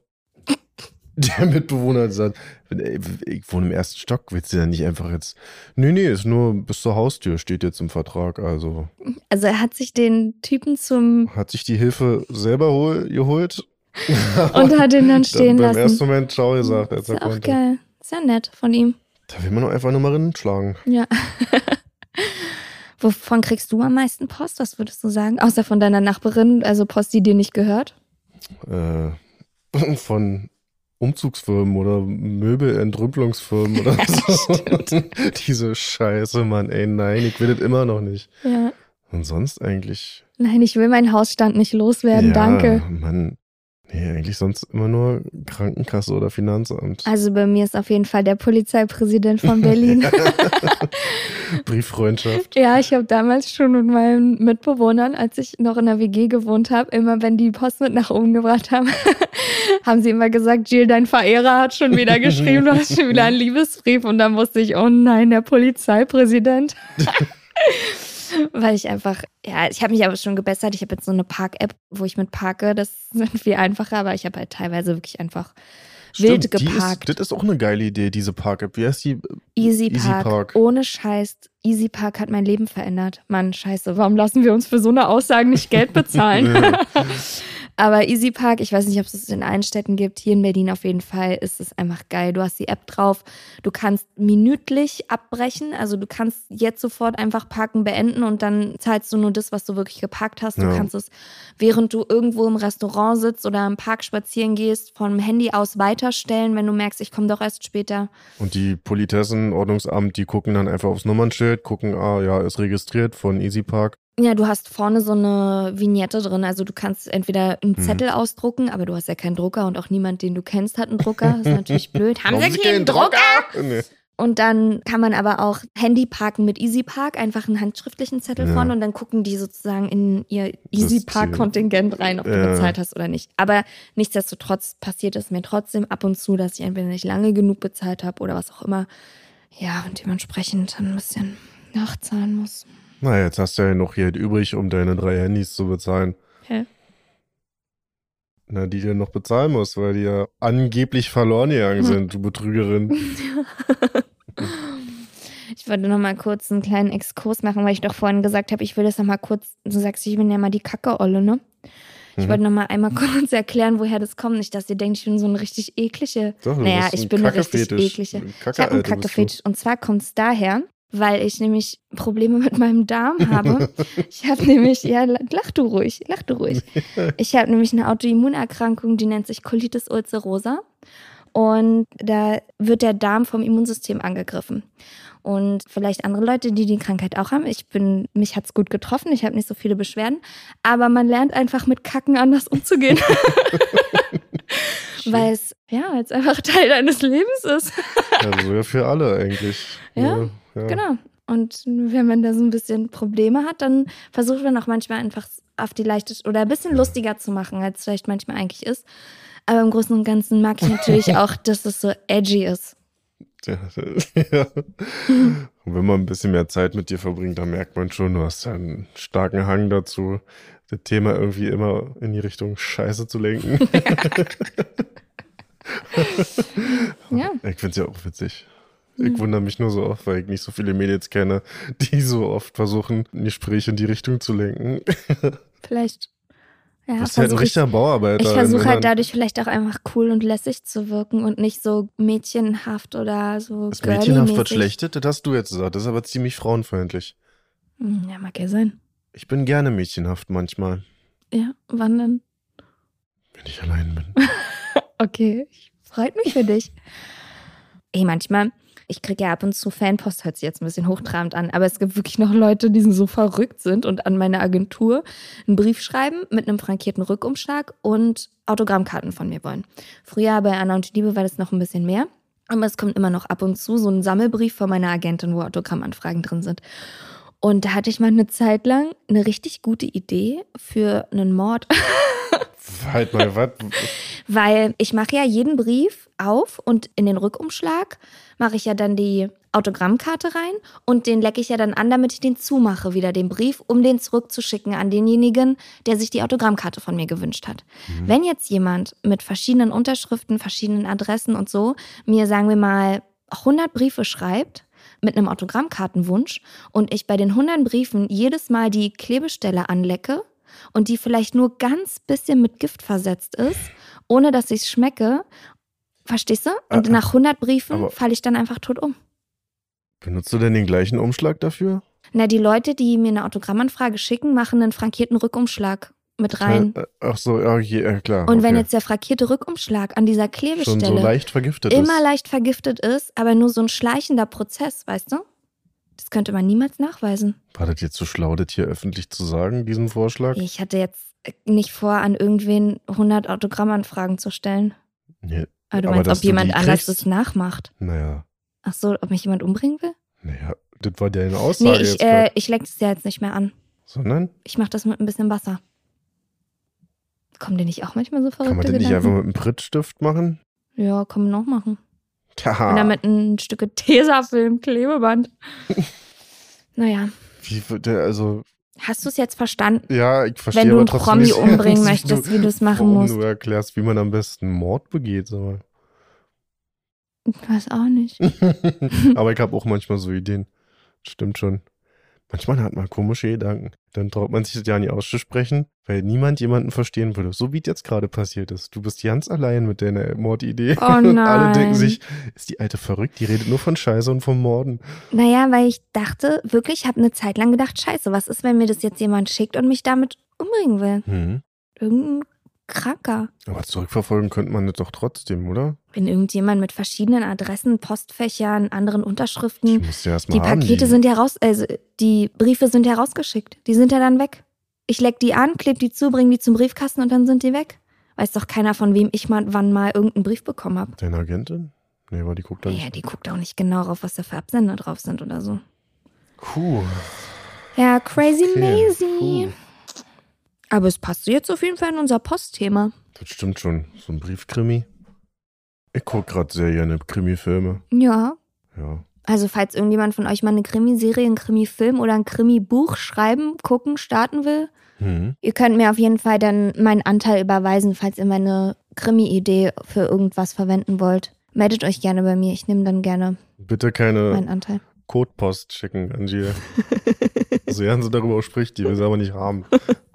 Der Mitbewohner hat gesagt, ich wohne im 1. Stock, willst du denn nicht einfach jetzt... Nee, ist nur bis zur Haustür, steht jetzt im Vertrag, also... Also er hat sich den Typen Hat sich die Hilfe selber geholt und hat ihn dann stehen beim lassen. ersten Moment ciao gesagt, als Ist er ja auch konnte. geil. Ist ja nett von ihm. Da will man doch einfach nur mal schlagen. Ja. Wovon kriegst du am meisten Post? Was würdest du sagen? Außer von deiner Nachbarin, also Post, die dir nicht gehört? Von Umzugsfirmen oder Möbelentrümpelungsfirmen oder so. Diese Scheiße, Mann, ey, nein, ich will das immer noch nicht. Ja. Und sonst eigentlich... Nein, ich will meinen Hausstand nicht loswerden, ja, danke. Mann, nee, eigentlich sonst immer nur Krankenkasse oder Finanzamt. Also bei mir ist auf jeden Fall der Polizeipräsident von Berlin. Brieffreundschaft. Ja, ich habe damals schon mit meinen Mitbewohnern, als ich noch in der WG gewohnt habe, immer wenn die Post mit nach oben gebracht haben, haben sie immer gesagt, Jill, dein Verehrer hat schon wieder geschrieben, du hast schon wieder einen Liebesbrief. Und dann wusste ich, oh nein, der Polizeipräsident. Weil ich einfach, ja, ich habe mich aber schon gebessert. Ich habe jetzt so eine Park-App, wo ich mit parke. Das ist viel einfacher, aber ich habe halt teilweise wirklich einfach wild geparkt. Das ist auch eine geile Idee, diese Park-App. Wie heißt die? Easy Park. Ohne Scheiß. Easy Park hat mein Leben verändert. Mann, scheiße, warum lassen wir uns für so eine Aussage nicht Geld bezahlen? Aber Easy Park, ich weiß nicht, ob es das in allen Städten gibt. Hier in Berlin auf jeden Fall ist es einfach geil. Du hast die App drauf. Du kannst minütlich abbrechen. Also du kannst jetzt sofort einfach Parken beenden und dann zahlst du nur das, was du wirklich geparkt hast. Du kannst es, während du irgendwo im Restaurant sitzt oder im Park spazieren gehst, vom Handy aus weiterstellen, wenn du merkst, ich komme doch erst später. Und die Politessen, Ordnungsamt, die gucken dann einfach aufs Nummernschild, gucken, ist registriert von Easy Park. Ja, du hast vorne so eine Vignette drin, also du kannst entweder einen Zettel ausdrucken, aber du hast ja keinen Drucker und auch niemand, den du kennst, hat einen Drucker. Das ist natürlich blöd. Haben Sie keinen Drucker? Nee. Und dann kann man aber auch Handy parken mit Easy Park, einfach einen handschriftlichen Zettel vorne und dann gucken die sozusagen in ihr Easy Park-Kontingent rein, ob du bezahlt hast oder nicht. Aber nichtsdestotrotz passiert es mir trotzdem ab und zu, dass ich entweder nicht lange genug bezahlt habe oder was auch immer. Ja, und dementsprechend ein bisschen nachzahlen muss. Na, jetzt hast du ja noch Geld übrig, um deine 3 Handys zu bezahlen. Hä? Na, die du noch bezahlen musst, weil die ja angeblich verloren gegangen sind, du Betrügerin. Ich wollte noch mal kurz einen kleinen Exkurs machen, weil ich doch vorhin gesagt habe, ich will das noch mal kurz, du sagst, ich bin ja mal die Kacke-Olle, ne? Ich wollte noch mal einmal kurz erklären, woher das kommt. Nicht, dass ihr denkt, ich bin so eine richtig eklige. Doch, naja, ich bin eine richtig eklige. Ich habe einen Kackefetisch. Und zwar kommt es daher, weil ich nämlich Probleme mit meinem Darm habe. Ich habe nämlich, lach du ruhig. Ich habe nämlich eine Autoimmunerkrankung, die nennt sich Colitis ulcerosa. Und da wird der Darm vom Immunsystem angegriffen. Und vielleicht andere Leute, die die Krankheit auch haben. Mich hat's gut getroffen, ich habe nicht so viele Beschwerden. Aber man lernt einfach mit Kacken anders umzugehen. Weil es einfach Teil deines Lebens ist. Also ja, für alle eigentlich. Ja, genau. Und wenn man da so ein bisschen Probleme hat, dann versucht man auch manchmal einfach auf die leichte oder ein bisschen lustiger zu machen, als es vielleicht manchmal eigentlich ist. Aber im Großen und Ganzen mag ich natürlich auch, dass es so edgy ist. Ja. Und wenn man ein bisschen mehr Zeit mit dir verbringt, dann merkt man schon, du hast ja einen starken Hang dazu, das Thema irgendwie immer in die Richtung Scheiße zu lenken. Ja. Ich finde es ja auch witzig. Ich wundere mich nur so oft, weil ich nicht so viele Mädels kenne, die so oft versuchen, ein Gespräch in die Richtung zu lenken. Vielleicht. Ja, das ist halt ein richtiger Bauarbeiter. Ich versuche halt dadurch vielleicht auch einfach cool und lässig zu wirken und nicht so mädchenhaft oder so das mädchenhaft wird schlechtet, das hast du jetzt gesagt. Das ist aber ziemlich frauenfeindlich. Ja, mag ja sein. Ich bin gerne mädchenhaft manchmal. Ja, wann denn? Wenn ich allein bin. Okay, freut mich für dich. Manchmal, ich kriege ja ab und zu Fanpost, hört sich jetzt ein bisschen hochtrabend an, aber es gibt wirklich noch Leute, die so verrückt sind und an meine Agentur einen Brief schreiben mit einem frankierten Rückumschlag und Autogrammkarten von mir wollen. Früher bei Anna und die Liebe war das noch ein bisschen mehr, aber es kommt immer noch ab und zu so ein Sammelbrief von meiner Agentin, wo Autogrammanfragen drin sind. Und da hatte ich mal eine Zeit lang eine richtig gute Idee für einen Mord. Halt mal, was? Weil ich mache ja jeden Brief auf und in den Rückumschlag mache ich ja dann die Autogrammkarte rein und den lecke ich ja dann an, damit ich den zumache, wieder den Brief, um den zurückzuschicken an denjenigen, der sich die Autogrammkarte von mir gewünscht hat. Wenn jetzt jemand mit verschiedenen Unterschriften, verschiedenen Adressen und so mir, sagen wir mal, 100 Briefe schreibt mit einem Autogrammkartenwunsch und ich bei den 100 Briefen jedes Mal die Klebestelle anlecke und die vielleicht nur ganz bisschen mit Gift versetzt ist, ohne dass ich es schmecke, verstehst du? Und nach 100 Briefen falle ich dann einfach tot um. Benutzt du denn den gleichen Umschlag dafür? Na, die Leute, die mir eine Autogrammanfrage schicken, machen einen frankierten Rückumschlag mit rein. Ach so, ja, klar. Und wenn jetzt der frankierte Rückumschlag an dieser Klebestelle schon so leicht vergiftet immer leicht vergiftet ist, aber nur so ein schleichender Prozess, weißt du? Das könnte man niemals nachweisen. War das jetzt so schlau, das hier öffentlich zu sagen, diesen Vorschlag? Ich hatte jetzt nicht vor, an irgendwen 100 Autogrammanfragen zu stellen. Nee, aber du meinst, ob jemand anders das nachmacht? Naja. Ach so, ob mich jemand umbringen will? Naja, Das war deine Aussage Nee, jetzt grad. ich leck es ja jetzt nicht mehr an. Sondern? Ich mach das mit ein bisschen Wasser. Kommen dir nicht auch manchmal so Kann man verrückte das nicht Gedanken? einfach mit einem Prittstift machen? Ja, kann man auch machen. Tja. Und dann mit ein Stück Tesafilm, Klebeband. Naja. Also, Hast du es jetzt verstanden? ja, ich verstehe Wenn du aber einen trotzdem Promi nicht, umbringen möchtest, wie du es machen warum musst. du erklärst, wie man am besten Mord begeht. Sag mal. Ich weiß auch nicht. Aber ich habe auch manchmal so Ideen. Stimmt schon. Manchmal hat man komische Gedanken. Dann traut man sich das ja nicht auszusprechen, weil niemand jemanden verstehen würde. So wie es jetzt gerade passiert ist. Du bist ganz allein mit deiner Mordidee. Oh Und alle nein. denken sich, ist die Alte verrückt? Die redet nur von Scheiße und vom Morden. Naja, weil ich dachte, wirklich, ich habe eine Zeit lang gedacht, scheiße, was ist, wenn mir das jetzt jemand schickt und mich damit umbringen will? Irgendein Kranker. Aber zurückverfolgen könnte man das doch trotzdem, oder? Wenn irgendjemand mit verschiedenen Adressen, Postfächern, anderen Ich Unterschriften, muss ja erst mal die haben. Pakete sind ja raus, also die Briefe sind ja rausgeschickt. Die sind ja dann weg. Ich leck die an, kleb die zu, bring die zum Briefkasten und dann sind die weg. Weiß doch keiner, von wem ich mal wann mal irgendeinen Brief bekommen habe. Deine Agentin? Nee, aber die guckt dann Ja, die guckt auch nicht genau drauf, was da für Absender drauf sind oder so. Puh. Ja, crazy Okay. Maisie. Aber es passt jetzt auf jeden Fall in unser Postthema. Das stimmt schon. So ein Briefkrimi. Ich gucke gerade sehr gerne Krimi-Filme. Ja. Ja. Also falls irgendjemand von euch mal eine Krimiserie, einen Krimi-Film oder ein Krimi-Buch schreiben, gucken, starten will, ihr könnt mir auf jeden Fall dann meinen Anteil überweisen, falls ihr meine Krimi-Idee für irgendwas verwenden wollt. Meldet euch gerne bei mir, ich nehme dann gerne Bitte keine meinen Anteil. Codepost schicken, Angie. So gern sie darüber auch spricht, die will sie aber nicht haben.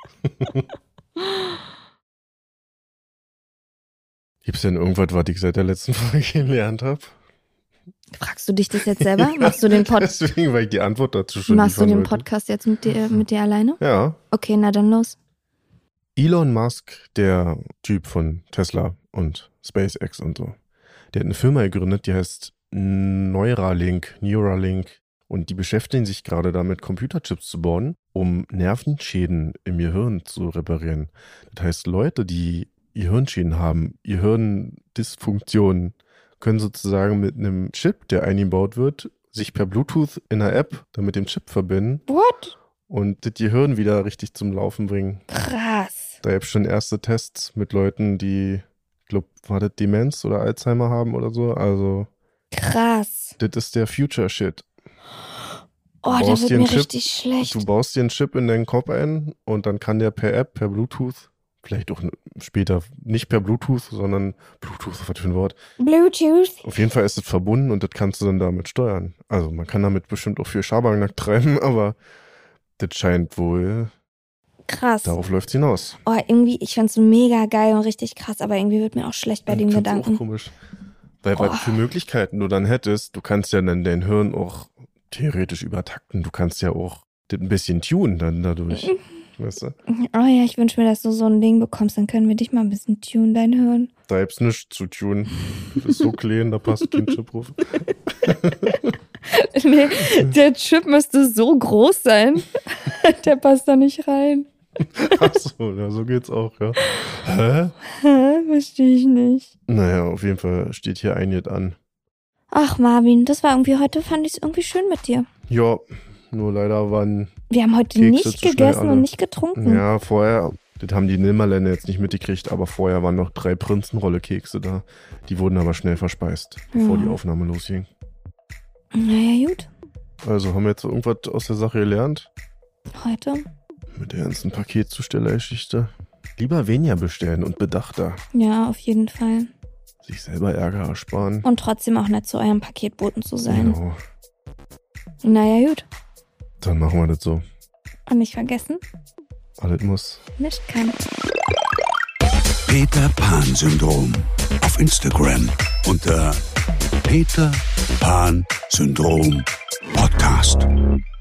Gibt's denn irgendwas, was ich seit der letzten Folge gelernt habe? Fragst du dich das jetzt selber? Machst du den, Deswegen, weil ich die Antwort dazu schon Machst du liefern den wollte. Podcast jetzt mit dir alleine? Ja. Okay, na dann los. Elon Musk, der Typ von Tesla und SpaceX und so, der hat eine Firma gegründet, die heißt Neuralink. Und die beschäftigen sich gerade damit, Computerchips zu bauen, um Nervenschäden im Gehirn zu reparieren. Das heißt, Leute, die Gehirnschäden haben, Gehirndysfunktionen, können sozusagen mit einem Chip, der eingebaut wird, sich per Bluetooth in einer App dann mit dem Chip verbinden What? und das Gehirn wieder richtig zum Laufen bringen. Krass. Da gibt es schon erste Tests mit Leuten, die, ich glaube, war das Demenz oder Alzheimer haben oder so. Also, Krass. das ist der Future Shit. Oh, Du da baust wird dir einen mir Chip, richtig schlecht. Du baust dir einen Chip in deinen Kopf ein und dann kann der per App, per Bluetooth, vielleicht auch später nicht per Bluetooth, sondern Bluetooth, was für ein Wort. Bluetooth. Auf jeden Fall ist es verbunden und das kannst du dann damit steuern. Also man kann damit bestimmt auch viel Schabernack treiben, aber das scheint wohl, Krass. darauf läuft es hinaus. Oh, irgendwie, ich find's mega geil und richtig krass, aber irgendwie wird mir auch schlecht bei den Ich find's Gedanken. auch komisch. Weil was für Möglichkeiten du dann hättest, du kannst ja dann dein Hirn auch theoretisch übertakten. Du kannst ja auch das ein bisschen tunen dann dadurch. Weißt du? Oh ja, ich wünsche mir, dass du so ein Ding bekommst, dann können wir dich mal ein bisschen tunen, dein Hirn. Da gibt's nichts zu tunen. Das ist so klein, da passt kein Chip drauf. Nee, der Chip müsste so groß sein, der passt da nicht rein. Achso, ja, so geht's auch, ja. Hä? Verstehe ich nicht. Naja, auf jeden Fall steht hier einiges an. Ach Marvin, das war irgendwie, heute fand ich es irgendwie schön mit dir. Ja, nur leider waren, Wir haben heute Kekse nicht zu schnell gegessen alle. und nicht getrunken. ja, vorher, das haben die Nimmerländer jetzt nicht mitgekriegt, aber vorher waren noch 3 Prinzenrolle-Kekse da. Die wurden aber schnell verspeist, bevor Ja. die Aufnahme losging. Naja, gut. Also haben wir jetzt irgendwas aus der Sache gelernt? Heute. Mit der ganzen Paketzustellergeschichte. Lieber weniger bestellen und bedachter. Ja, auf jeden Fall. Sich selber Ärger ersparen. Und trotzdem auch nett zu eurem Paketboten zu sein. Genau. Naja, gut. Dann machen wir das so. Und nicht vergessen, Alles muss. nicht kann. Peter Pan-Syndrom. Auf Instagram unter Peter Pan-Syndrom Podcast.